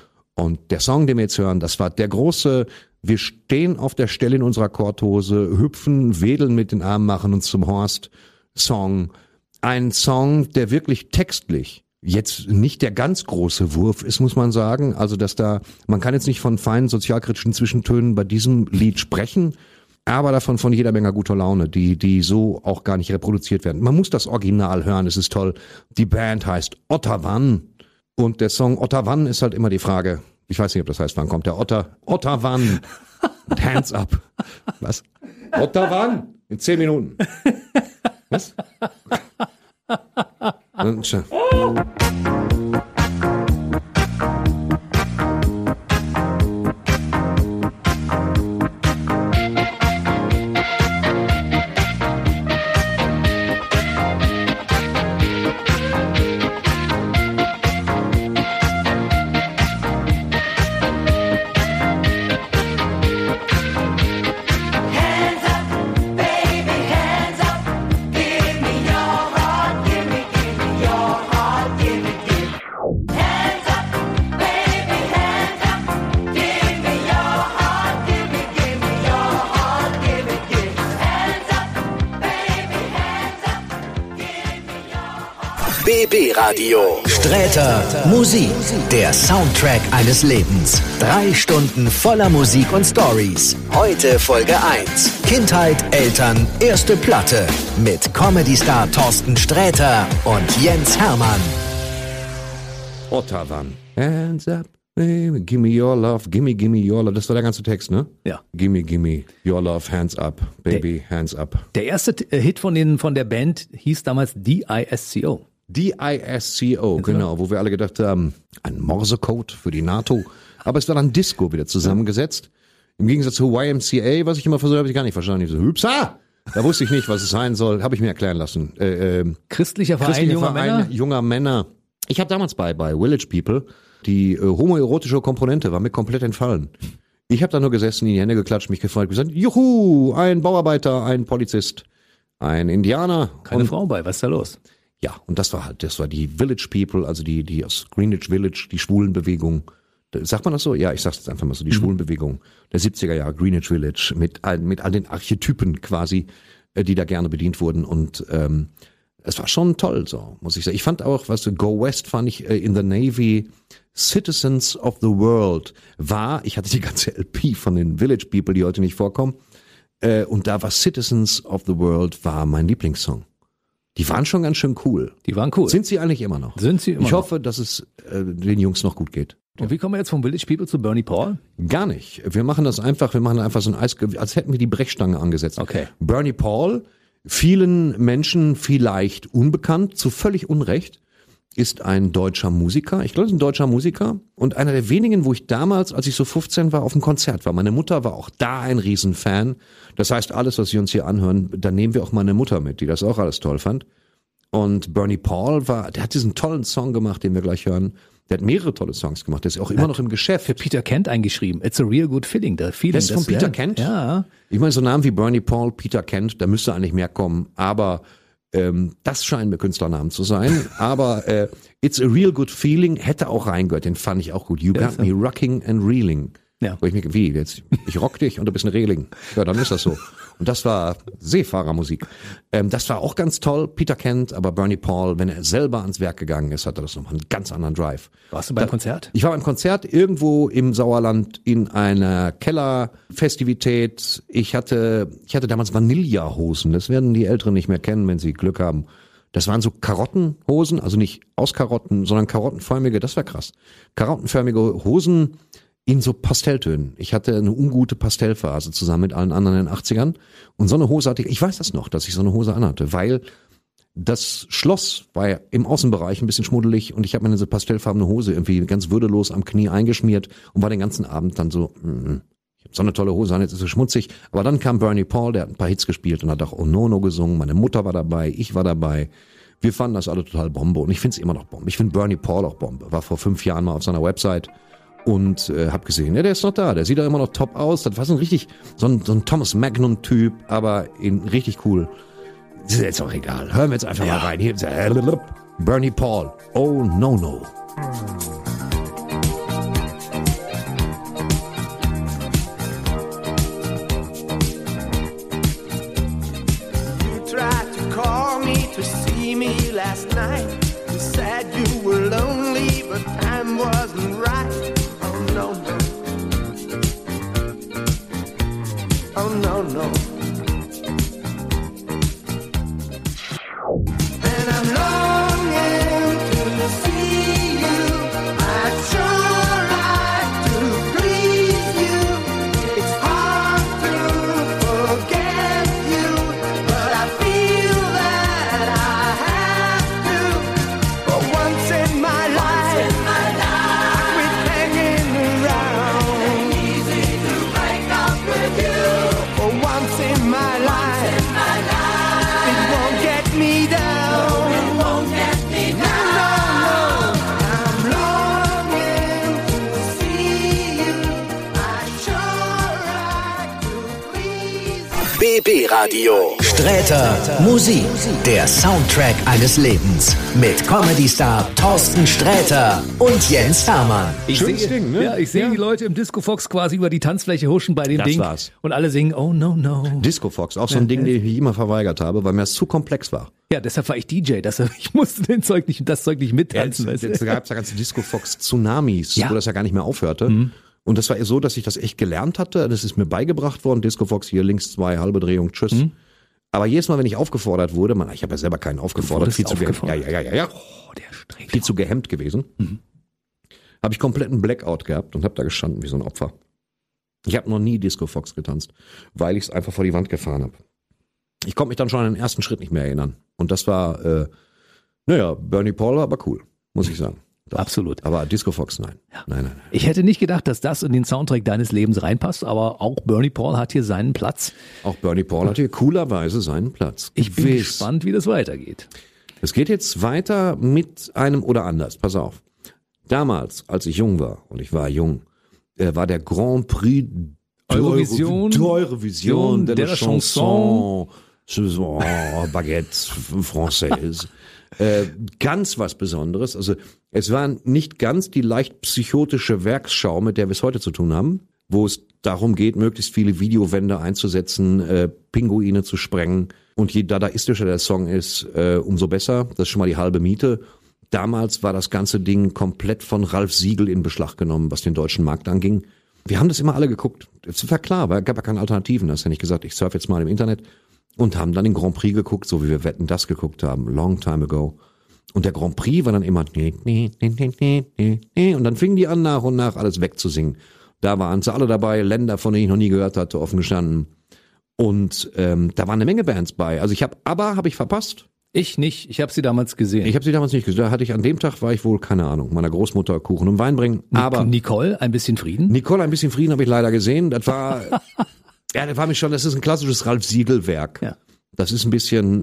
Und der Song, den wir jetzt hören, das war der große, wir stehen auf der Stelle in unserer Korthose, hüpfen, wedeln mit den Armen, machen uns zum Horst-Song. Ein Song, der wirklich textlich jetzt nicht der ganz große Wurf ist, muss man sagen. Also, man kann jetzt nicht von feinen sozialkritischen Zwischentönen bei diesem Lied sprechen, aber davon von jeder Menge guter Laune, die so auch gar nicht reproduziert werden. Man muss das Original hören, es ist toll. Die Band heißt Ottavan. Und der Song Ottavan ist halt immer die Frage, ich weiß nicht, ob das heißt, wann kommt der Ottavan mit Hands Up. Was? Ottavan? In 10 Minuten. Was? Hands up, baby, hands up. Give me your heart, give me your heart, give me. Hands up, baby, hands up. Give me your heart, give me your heart, give me. Hands up, baby, hands up. Give me your heart. BB Radio. Sträter Musik. Der Soundtrack eines Lebens. 3 Stunden voller Musik und Stories. Heute Folge 1. Kindheit, Eltern, erste Platte. Mit Comedy-Star Thorsten Sträter und Jens Hermann. Ottavan. Hands up, baby, gimme your love, gimme your love. Das war der ganze Text, ne? Ja. Gimme your love, hands up, baby, hands up. Der erste Hit von der Band hieß damals DISCO. DISCO, genau, wo wir alle gedacht haben, ein Morsecode für die NATO. Aber es war dann Disco wieder zusammengesetzt. Im Gegensatz zu YMCA, was ich immer versucht habe, ich gar nicht verstanden. Ich so, Hübsa! Da wusste ich nicht, was es sein soll. Habe ich mir erklären lassen. Christlicher Verein junger Männer. Ich habe damals bei Village People die homoerotische Komponente war mir komplett entfallen. Ich habe da nur gesessen, in die Hände geklatscht, mich gefreut, gesagt, juhu, ein Bauarbeiter, ein Polizist, ein Indianer. Keine Frau bei, was ist da los? Ja, und das war die Village People, also die aus Greenwich Village, die Schwulenbewegung. Sagt man das so? Ja, ich sag's jetzt einfach mal so, die Schwulenbewegung der 70er Jahre, Greenwich Village, mit all den Archetypen quasi, die da gerne bedient wurden. Und es war schon toll, so muss ich sagen. Ich fand auch, Go West fand ich in the Navy, Citizens of the World ich hatte die ganze LP von den Village People, die heute nicht vorkommen, und da war Citizens of the World war mein Lieblingssong. Die waren schon ganz schön cool. Die waren cool. Sind sie eigentlich immer noch? Sind sie immer noch. Ich hoffe, dass es den Jungs noch gut geht. Und wie kommen wir jetzt vom Village People zu Bernie Paul? Gar nicht. Wir machen einfach so ein als hätten wir die Brechstange angesetzt. Okay. Bernie Paul, vielen Menschen vielleicht unbekannt, zu völlig Unrecht, ist ein deutscher Musiker. Ich glaube, es ist ein deutscher Musiker und einer der wenigen, wo ich damals, als ich so 15 war, auf dem Konzert war. Meine Mutter war auch da ein Riesenfan. Das heißt, alles, was Sie uns hier anhören, da nehmen wir auch meine Mutter mit, die das auch alles toll fand. Und Bernie Paul der hat diesen tollen Song gemacht, den wir gleich hören. Der hat mehrere tolle Songs gemacht. Der ist auch immer noch im Geschäft. Für Peter Kent eingeschrieben. It's a real good feeling. Das ist von Peter Kent? Ja. Ich meine, so Namen wie Bernie Paul, Peter Kent, da müsste eigentlich mehr kommen. Aber das scheinen mir Künstlernamen zu sein. Aber It's a real good feeling hätte auch reingehört. Den fand ich auch gut. You got me rocking and reeling. Ja. Wo ich mir, wie jetzt? Ich rock dich und du bist ein Reling. Ja, dann ist das so. Und das war Seefahrermusik. Das war auch ganz toll. Peter Kent, aber Bernie Paul, wenn er selber ans Werk gegangen ist, hatte das nochmal einen ganz anderen Drive. Warst du beim Konzert? Ich war beim Konzert irgendwo im Sauerland in einer Kellerfestivität. Ich hatte damals Vanilla-Hosen. Das werden die Älteren nicht mehr kennen, wenn sie Glück haben. Das waren so Karottenhosen, also nicht aus Karotten, sondern karottenförmige, das war krass. Karottenförmige Hosen in so Pastelltönen. Ich hatte eine ungute Pastellphase zusammen mit allen anderen in den 80ern. Und so eine Hose hatte ich weiß das noch, dass ich so eine Hose anhatte, weil das Schloss war ja im Außenbereich ein bisschen schmuddelig und ich habe mir diese pastellfarbene Hose irgendwie ganz würdelos am Knie eingeschmiert und war den ganzen Abend dann so, ich habe so eine tolle Hose an, jetzt ist es schmutzig. Aber dann kam Bernie Paul, der hat ein paar Hits gespielt und hat auch Oh No No gesungen. Meine Mutter war dabei, ich war dabei. Wir fanden das alle total Bombe und ich finde es immer noch Bombe. Ich finde Bernie Paul auch Bombe. War vor 5 Jahren mal auf seiner Website und hab gesehen, ja, der ist noch da, der sieht da immer noch top aus. Das war so ein Thomas Magnum-Typ, aber richtig cool. Das ist jetzt auch egal. Hören wir jetzt einfach mal rein. Hier, Bernie Paul, Oh No No. You tried to call me to see me last night. You said you were lonely, but time wasn't right. Oh no, no. Oh no, no. And I'm longing to see you. I'd sure like to please you. It's hard to forget you, but I feel that I have to. For once in my life, quit hanging around. Easy to break up with you. For once in my life, it won't get me down. It won't get me down. I'm longing to see you. I sure like to please you. BB Radio. Sträter Musik. Der Soundtrack eines Lebens. Mit Comedy-Star Thorsten Sträter und Jens Hermann. Ich sehe die Leute im Disco Fox quasi über die Tanzfläche huschen bei dem Das Ding. war's. Und alle singen Oh No No. Disco Fox, auch so ein Ding, den ich immer verweigert habe, weil mir das zu komplex war. Ja, deshalb war ich DJ. Ich musste das Zeug nicht mittanzen. weißt du? Jetzt gab es ja ganze Disco Fox Tsunamis, Ja. wo das ja gar nicht mehr aufhörte. Und das war so, dass ich das echt gelernt hatte. Das ist mir beigebracht worden. Disco Fox hier links 2, halbe Drehung, tschüss. Aber jedes Mal, wenn ich aufgefordert wurde, ich habe ja selber keinen aufgefordert, wurdest viel zu aufgefordert? Ja. Oh, der Sträter. Viel zu gehemmt gewesen. Habe ich kompletten Blackout gehabt und habe da gestanden wie so ein Opfer. Ich habe noch nie Disco Fox getanzt, weil ich es einfach vor die Wand gefahren habe. Ich konnte mich dann schon an den ersten Schritt nicht mehr erinnern. Und das war, Bernie Paul war aber cool, muss ich sagen. Doch. Absolut. Aber Disco Fox, nein. Nein. Ich hätte nicht gedacht, dass das in den Soundtrack deines Lebens reinpasst, aber auch Bernie Paul hat hier seinen Platz. Auch Bernie Paul hat hier coolerweise seinen Platz. Ich bin Gewiss. gespannt, wie das weitergeht. Es geht jetzt weiter mit einem oder anders. Pass auf. Damals, als ich jung war, und ich war jung, war der Grand Prix Eurovision de la la Chanson Baguette Française. Ganz was Besonderes. Also es war nicht ganz die leicht psychotische Werksschau, mit der wir es heute zu tun haben, wo es darum geht, möglichst viele Videowände einzusetzen, Pinguine zu sprengen. Und je dadaistischer der Song ist, umso besser. Das ist schon mal die halbe Miete. Damals war das ganze Ding komplett von Ralf Siegel in Beschlag genommen, was den deutschen Markt anging. Wir haben das immer alle geguckt. Das war klar, weil es gab ja keine Alternativen. Das ist ja nicht gesagt, ich surfe jetzt mal im Internet. Und haben dann den Grand Prix geguckt, so wie wir Wetten, das geguckt haben, long time ago. Und der Grand Prix war dann immer und dann fingen die an, nach und nach alles wegzusingen. Da waren sie alle dabei, Länder, von denen ich noch nie gehört hatte, offen gestanden. Und da waren eine Menge Bands bei. Also ich habe ABBA habe ich verpasst. Ich nicht, ich habe sie damals gesehen. Ich habe sie damals nicht gesehen. Da hatte ich an dem Tag, war ich wohl, keine Ahnung, meiner Großmutter Kuchen und Wein bringen. Aber Nicole, ein bisschen Frieden? Nicole, ein bisschen Frieden habe ich leider gesehen. Das war, ja, das war mich schon, das ist ein klassisches Ralf Siegel-Werk. Ja. Das ist ein bisschen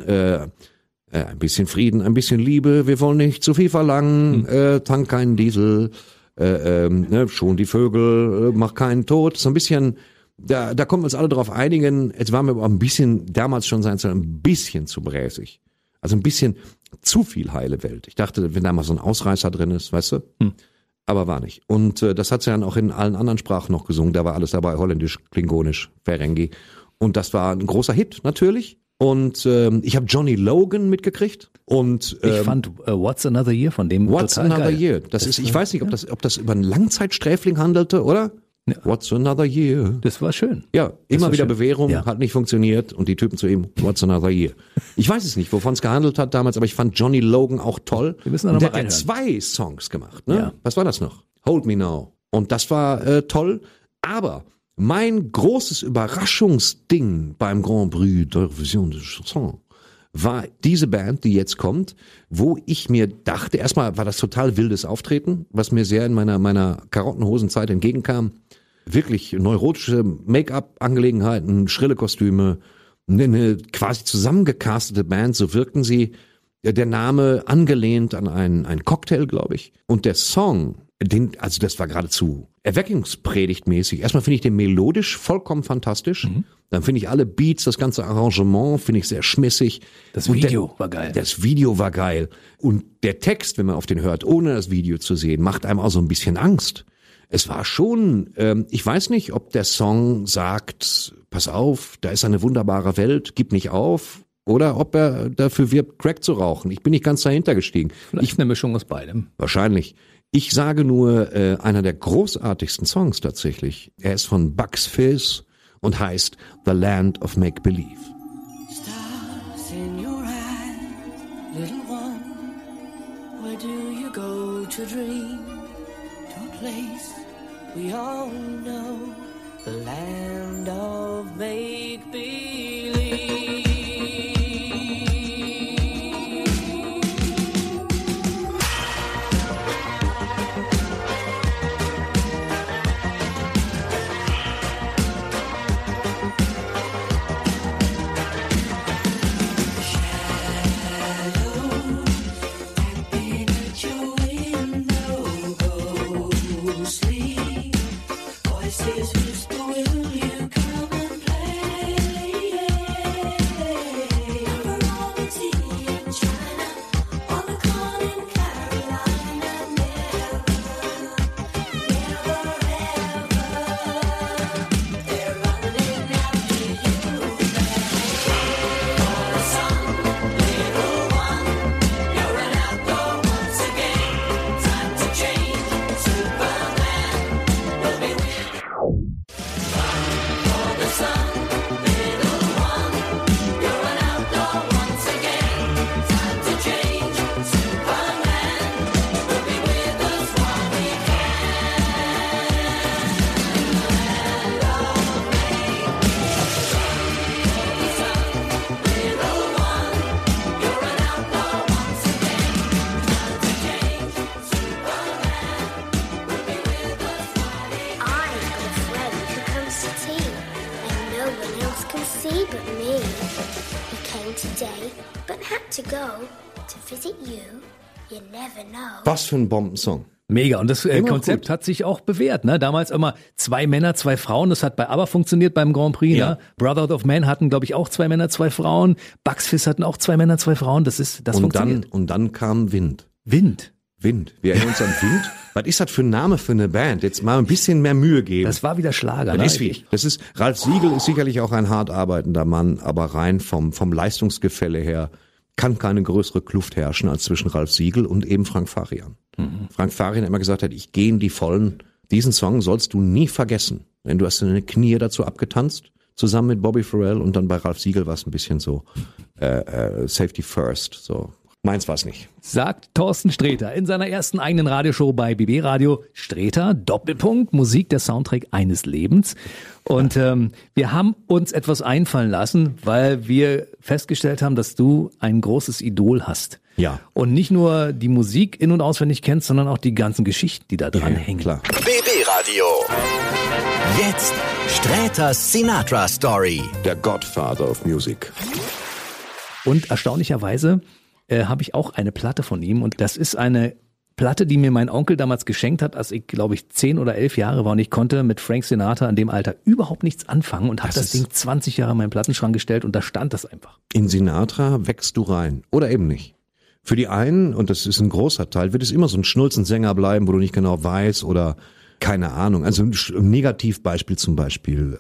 Frieden, ein bisschen Liebe, wir wollen nicht zu viel verlangen, tank keinen Diesel, schon die Vögel, mach keinen Tod. So ein bisschen, da kommen wir uns alle drauf einigen. Jetzt waren wir aber ein bisschen, damals schon ein bisschen zu bräsig. Also ein bisschen zu viel heile Welt. Ich dachte, wenn da mal so ein Ausreißer drin ist, weißt du? Aber war nicht. Und das hat sie dann auch in allen anderen Sprachen noch gesungen. Da war alles dabei, Holländisch, Klingonisch, Ferengi. Und das war ein großer Hit, natürlich. Und ich habe Johnny Logan mitgekriegt. Und ich fand What's Another Year von dem What's total Another geil. Year. Das ist, ich weiß nicht, ob das über einen Langzeitsträfling handelte, oder? Ja. What's Another Year. Das war schön. Ja, immer war wieder schön. Bewährung, Ja. hat nicht funktioniert und die Typen zu ihm, What's Another Year. Ich weiß es nicht, wovon es gehandelt hat damals, aber ich fand Johnny Logan auch toll. Wir müssen da und noch der mal hat ja reinhören. 2 Songs gemacht, ne? Ja. Was war das noch? Hold Me Now. Und das war toll, aber mein großes Überraschungsding beim Grand Prix d'Eurovision de Chanson war diese Band, die jetzt kommt, wo ich mir dachte, erstmal war das total wildes Auftreten, was mir sehr in meiner Karottenhosenzeit entgegenkam. Wirklich neurotische Make-up-Angelegenheiten, schrille Kostüme, eine quasi zusammengecastete Band, so wirkten sie. Der Name angelehnt an einen Cocktail, glaube ich. Und der Song, also das war geradezu erweckungspredigtmäßig. Erstmal finde ich den melodisch vollkommen fantastisch. Dann finde ich alle Beats, das ganze Arrangement finde ich sehr schmissig. Das Und Video war geil. Das Video war geil. Und der Text, wenn man auf den hört, ohne das Video zu sehen, macht einem auch so ein bisschen Angst. Es war schon, ich weiß nicht, ob der Song sagt, pass auf, da ist eine wunderbare Welt, gib nicht auf, oder ob er dafür wirbt, Crack zu rauchen. Ich bin nicht ganz dahinter gestiegen. Vielleicht eine Mischung aus beidem. Wahrscheinlich. Ich sage nur, einer der großartigsten Songs tatsächlich. Er ist von Bucks Fizz und heißt The Land of Make Believe. Stars in your eyes, little one. Where do you go to dream? To a place we all know, the land of make believe. Voices whisper, will you come and play? to go to visit you, you never know. Was für ein Bombensong. Mega. Und das Immer Konzept gut. hat sich auch bewährt. Ne? Damals immer 2 Männer, 2 Frauen. Das hat bei ABBA funktioniert beim Grand Prix. Ja. Ne? Brotherhood of Man hatten, glaube ich, auch 2 Männer, 2 Frauen. Bucks Fizz hatten auch 2 Männer, 2 Frauen. Das funktioniert. Und dann kam Wind. Wind. Wir erinnern uns an Wind. Was ist das für ein Name für eine Band? Jetzt mal ein bisschen mehr Mühe geben. Das war wieder Schlager. Ne? Ralf Siegel ist sicherlich auch ein hart arbeitender Mann, aber rein vom Leistungsgefälle her kann keine größere Kluft herrschen als zwischen Ralf Siegel und eben Frank Farian. Frank Farian immer gesagt hat, ich gehe in die Vollen. Diesen Song sollst du nie vergessen. Denn du hast deine Knie dazu abgetanzt, zusammen mit Bobby Farrell, und dann bei Ralf Siegel war es ein bisschen so Safety First, so. Meins war's nicht. Sagt Thorsten Sträter in seiner ersten eigenen Radioshow bei BB Radio. Sträter, Doppelpunkt, Musik, der Soundtrack eines Lebens. Und wir haben uns etwas einfallen lassen, weil wir festgestellt haben, dass du ein großes Idol hast. Ja. Und nicht nur die Musik in- und auswendig kennst, sondern auch die ganzen Geschichten, die da dran hängen. Klar. BB Radio. Jetzt Sträters Sinatra Story. Der Godfather of Music. Und erstaunlicherweise habe ich auch eine Platte von ihm. Und das ist eine Platte, die mir mein Onkel damals geschenkt hat, als ich, glaube ich, 10 oder 11 Jahre war. Und ich konnte mit Frank Sinatra in dem Alter überhaupt nichts anfangen und habe das Ding 20 Jahre in meinen Plattenschrank gestellt und da stand das einfach. In Sinatra wächst du rein. Oder eben nicht. Für die einen, und das ist ein großer Teil, wird es immer so ein Schnulzensänger bleiben, wo du nicht genau weißt oder keine Ahnung. Also ein Negativbeispiel zum Beispiel.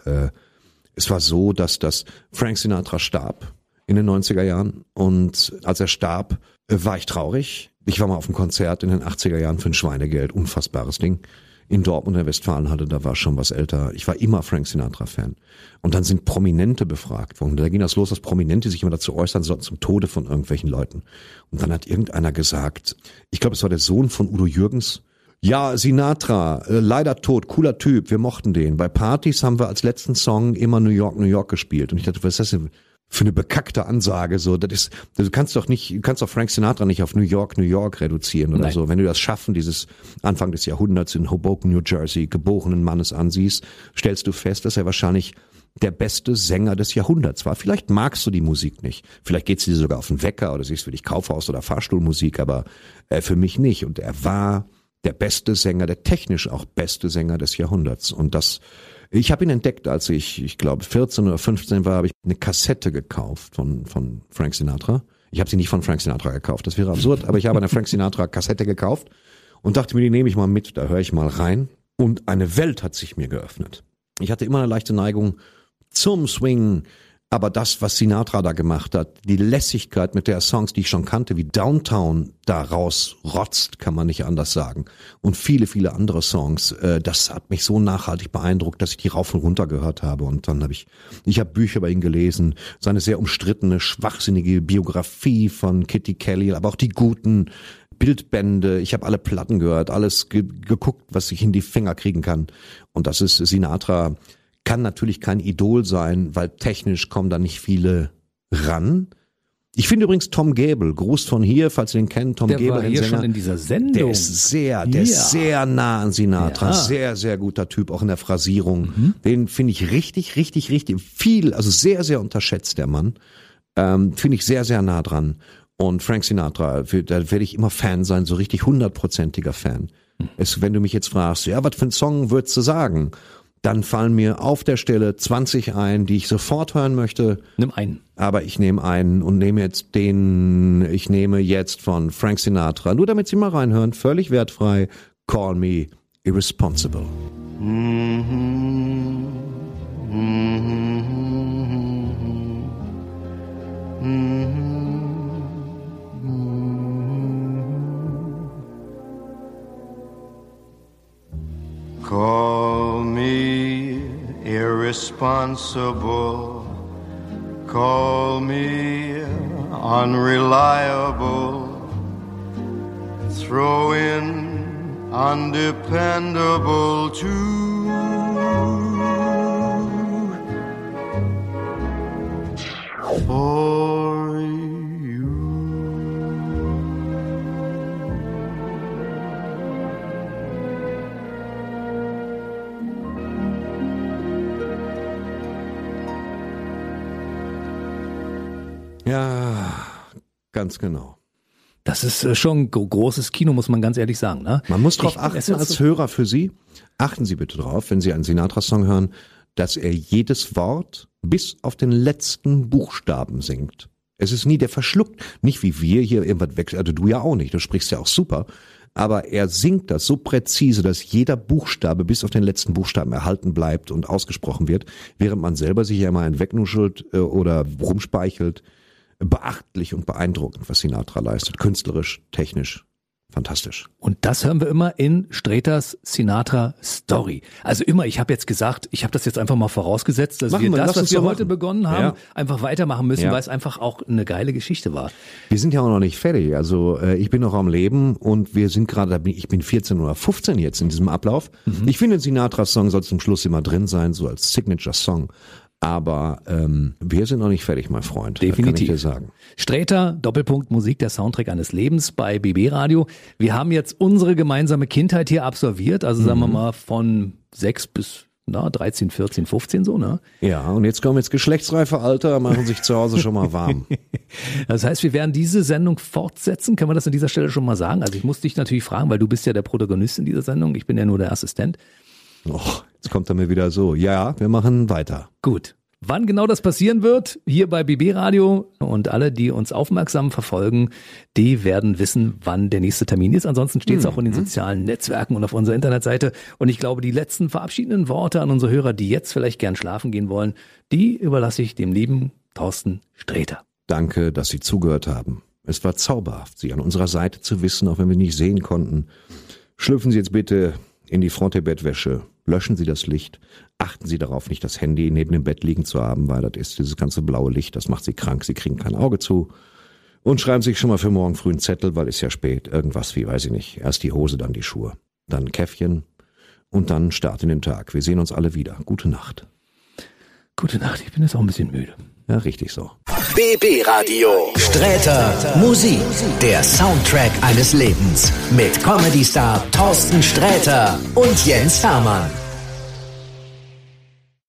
Es war so, dass Frank Sinatra starb in den 90er Jahren. Und als er starb, war ich traurig. Ich war mal auf einem Konzert in den 80er Jahren für ein Schweinegeld. Unfassbares Ding. In Dortmund in der Westfalenhalle, da war schon was älter. Ich war immer Frank Sinatra-Fan. Und dann sind Prominente befragt worden. Da ging das los, dass Prominente sich immer dazu äußern sollten zum Tode von irgendwelchen Leuten. Und dann hat irgendeiner gesagt, ich glaube, es war der Sohn von Udo Jürgens, ja, Sinatra, leider tot, cooler Typ, wir mochten den. Bei Partys haben wir als letzten Song immer New York, New York gespielt. Und ich dachte, was ist das denn für eine bekackte Ansage? So, du kannst doch Frank Sinatra nicht auf New York, New York reduzieren oder so. Wenn du das Schaffen dieses Anfang des Jahrhunderts in Hoboken, New Jersey geborenen Mannes ansiehst, stellst du fest, dass er wahrscheinlich der beste Sänger des Jahrhunderts war. Vielleicht magst du die Musik nicht. Vielleicht geht's dir sogar auf den Wecker oder siehst für dich Kaufhaus- oder Fahrstuhlmusik, aber für mich nicht. Und er war der beste Sänger, der technisch auch beste Sänger des Jahrhunderts. Und ich habe ihn entdeckt, als ich glaube 14 oder 15 war, habe ich eine Kassette gekauft von Frank Sinatra. Ich habe sie nicht von Frank Sinatra gekauft, das wäre absurd, aber ich habe eine Frank Sinatra Kassette gekauft und dachte mir, die nehme ich mal mit, da höre ich mal rein. Und eine Welt hat sich mir geöffnet. Ich hatte immer eine leichte Neigung zum Swing, aber das, was Sinatra da gemacht hat, die Lässigkeit, mit der Songs, die ich schon kannte, wie Downtown da rausrotzt, kann man nicht anders sagen. Und viele, viele andere Songs, das hat mich so nachhaltig beeindruckt, dass ich die rauf und runter gehört habe. Und dann habe ich Bücher über ihn gelesen, seine sehr umstrittene, schwachsinnige Biografie von Kitty Kelly, aber auch die guten Bildbände. Ich habe alle Platten gehört, alles geguckt, was ich in die Finger kriegen kann. Und das ist Sinatra. Kann natürlich kein Idol sein, weil technisch kommen da nicht viele ran. Ich finde übrigens Tom Gable, Gruß von hier, falls ihr den kennt, Tom Der Gable, war ein hier Sänger, schon in dieser Sendung. der ist sehr nah an Sinatra, Ja. sehr, sehr guter Typ, auch in der Phrasierung. Den finde ich richtig viel, also sehr, sehr unterschätzt, der Mann. Finde ich sehr, sehr nah dran. Und Frank Sinatra, da werde ich immer Fan sein, so richtig 100%iger Fan. Wenn du mich jetzt fragst, ja, was für ein Song würdest du sagen? Dann fallen mir auf der Stelle 20 ein, die ich sofort hören möchte. Nimm einen. Aber ich nehme einen und nehme jetzt von Frank Sinatra, nur damit Sie mal reinhören, völlig wertfrei, Call Me Irresponsible. Call me irresponsible, call me unreliable, throw in undependable too. For you. Ja, Ganz genau. Das ist schon großes Kino, muss man ganz ehrlich sagen. Ne? Man muss darauf achten als Hörer für Sie, achten Sie bitte drauf, wenn Sie einen Sinatra-Song hören, dass er jedes Wort bis auf den letzten Buchstaben singt. Es ist nie der verschluckt, nicht wie wir hier irgendwas weg, also du ja auch nicht, du sprichst ja auch super, aber er singt das so präzise, dass jeder Buchstabe bis auf den letzten Buchstaben erhalten bleibt und ausgesprochen wird, während man selber sich ja immer einen wegnuschelt oder rumspeichelt. Beachtlich und beeindruckend, was Sinatra leistet, künstlerisch, technisch. Fantastisch. Und das hören wir immer in Sträters Sinatra Story. Also immer, ich habe jetzt gesagt, ich habe das jetzt einfach mal vorausgesetzt, dass Machen wir, das, lass was uns wir so heute machen. begonnen haben, Ja. einfach weitermachen müssen, Ja. weil es einfach auch eine geile Geschichte war. Wir sind ja auch noch nicht fertig. Also ich bin noch am Leben und wir sind gerade, ich bin 14 oder 15 jetzt in diesem Ablauf. Ich finde, ein Sinatra-Song soll zum Schluss immer drin sein, so als Signature-Song. Aber wir sind noch nicht fertig, mein Freund. Definitiv. Das kann ich dir sagen. Sträter, Doppelpunkt Musik, der Soundtrack eines Lebens bei BB Radio. Wir haben jetzt unsere gemeinsame Kindheit hier absolviert, also sagen wir mal von 6 bis 13, 14, 15 so, ne? Ja, und jetzt kommen ins geschlechtsreife Alter, machen sich zu Hause schon mal warm. Das heißt, wir werden diese Sendung fortsetzen. Können wir das an dieser Stelle schon mal sagen? Also ich muss dich natürlich fragen, weil du bist ja der Protagonist in dieser Sendung. Ich bin ja nur der Assistent. Och, jetzt kommt er mir wieder so. Ja, wir machen weiter. Gut. Wann genau das passieren wird, hier bei BB Radio und alle, die uns aufmerksam verfolgen, die werden wissen, wann der nächste Termin ist. Ansonsten steht es auch in den sozialen Netzwerken und auf unserer Internetseite. Und ich glaube, die letzten verabschiedenden Worte an unsere Hörer, die jetzt vielleicht gern schlafen gehen wollen, die überlasse ich dem lieben Thorsten Sträter. Danke, dass Sie zugehört haben. Es war zauberhaft, Sie an unserer Seite zu wissen, auch wenn wir nicht sehen konnten. Schlüpfen Sie jetzt bitte in die Fronte-Bettwäsche. Löschen Sie das Licht. Achten Sie darauf, nicht das Handy neben dem Bett liegen zu haben, weil das ist dieses ganze blaue Licht, das macht Sie krank. Sie kriegen kein Auge zu. Und schreiben sich schon mal für morgen früh einen Zettel, weil ist ja spät. Irgendwas wie, weiß ich nicht. Erst die Hose, dann die Schuhe. Dann ein Käffchen und dann Start in den Tag. Wir sehen uns alle wieder. Gute Nacht. Gute Nacht, ich bin jetzt auch ein bisschen müde. Ja, richtig so. BB Radio. Sträter Musik. Der Soundtrack eines Lebens. Mit Comedy-Star Thorsten Sträter und Jens Hermann.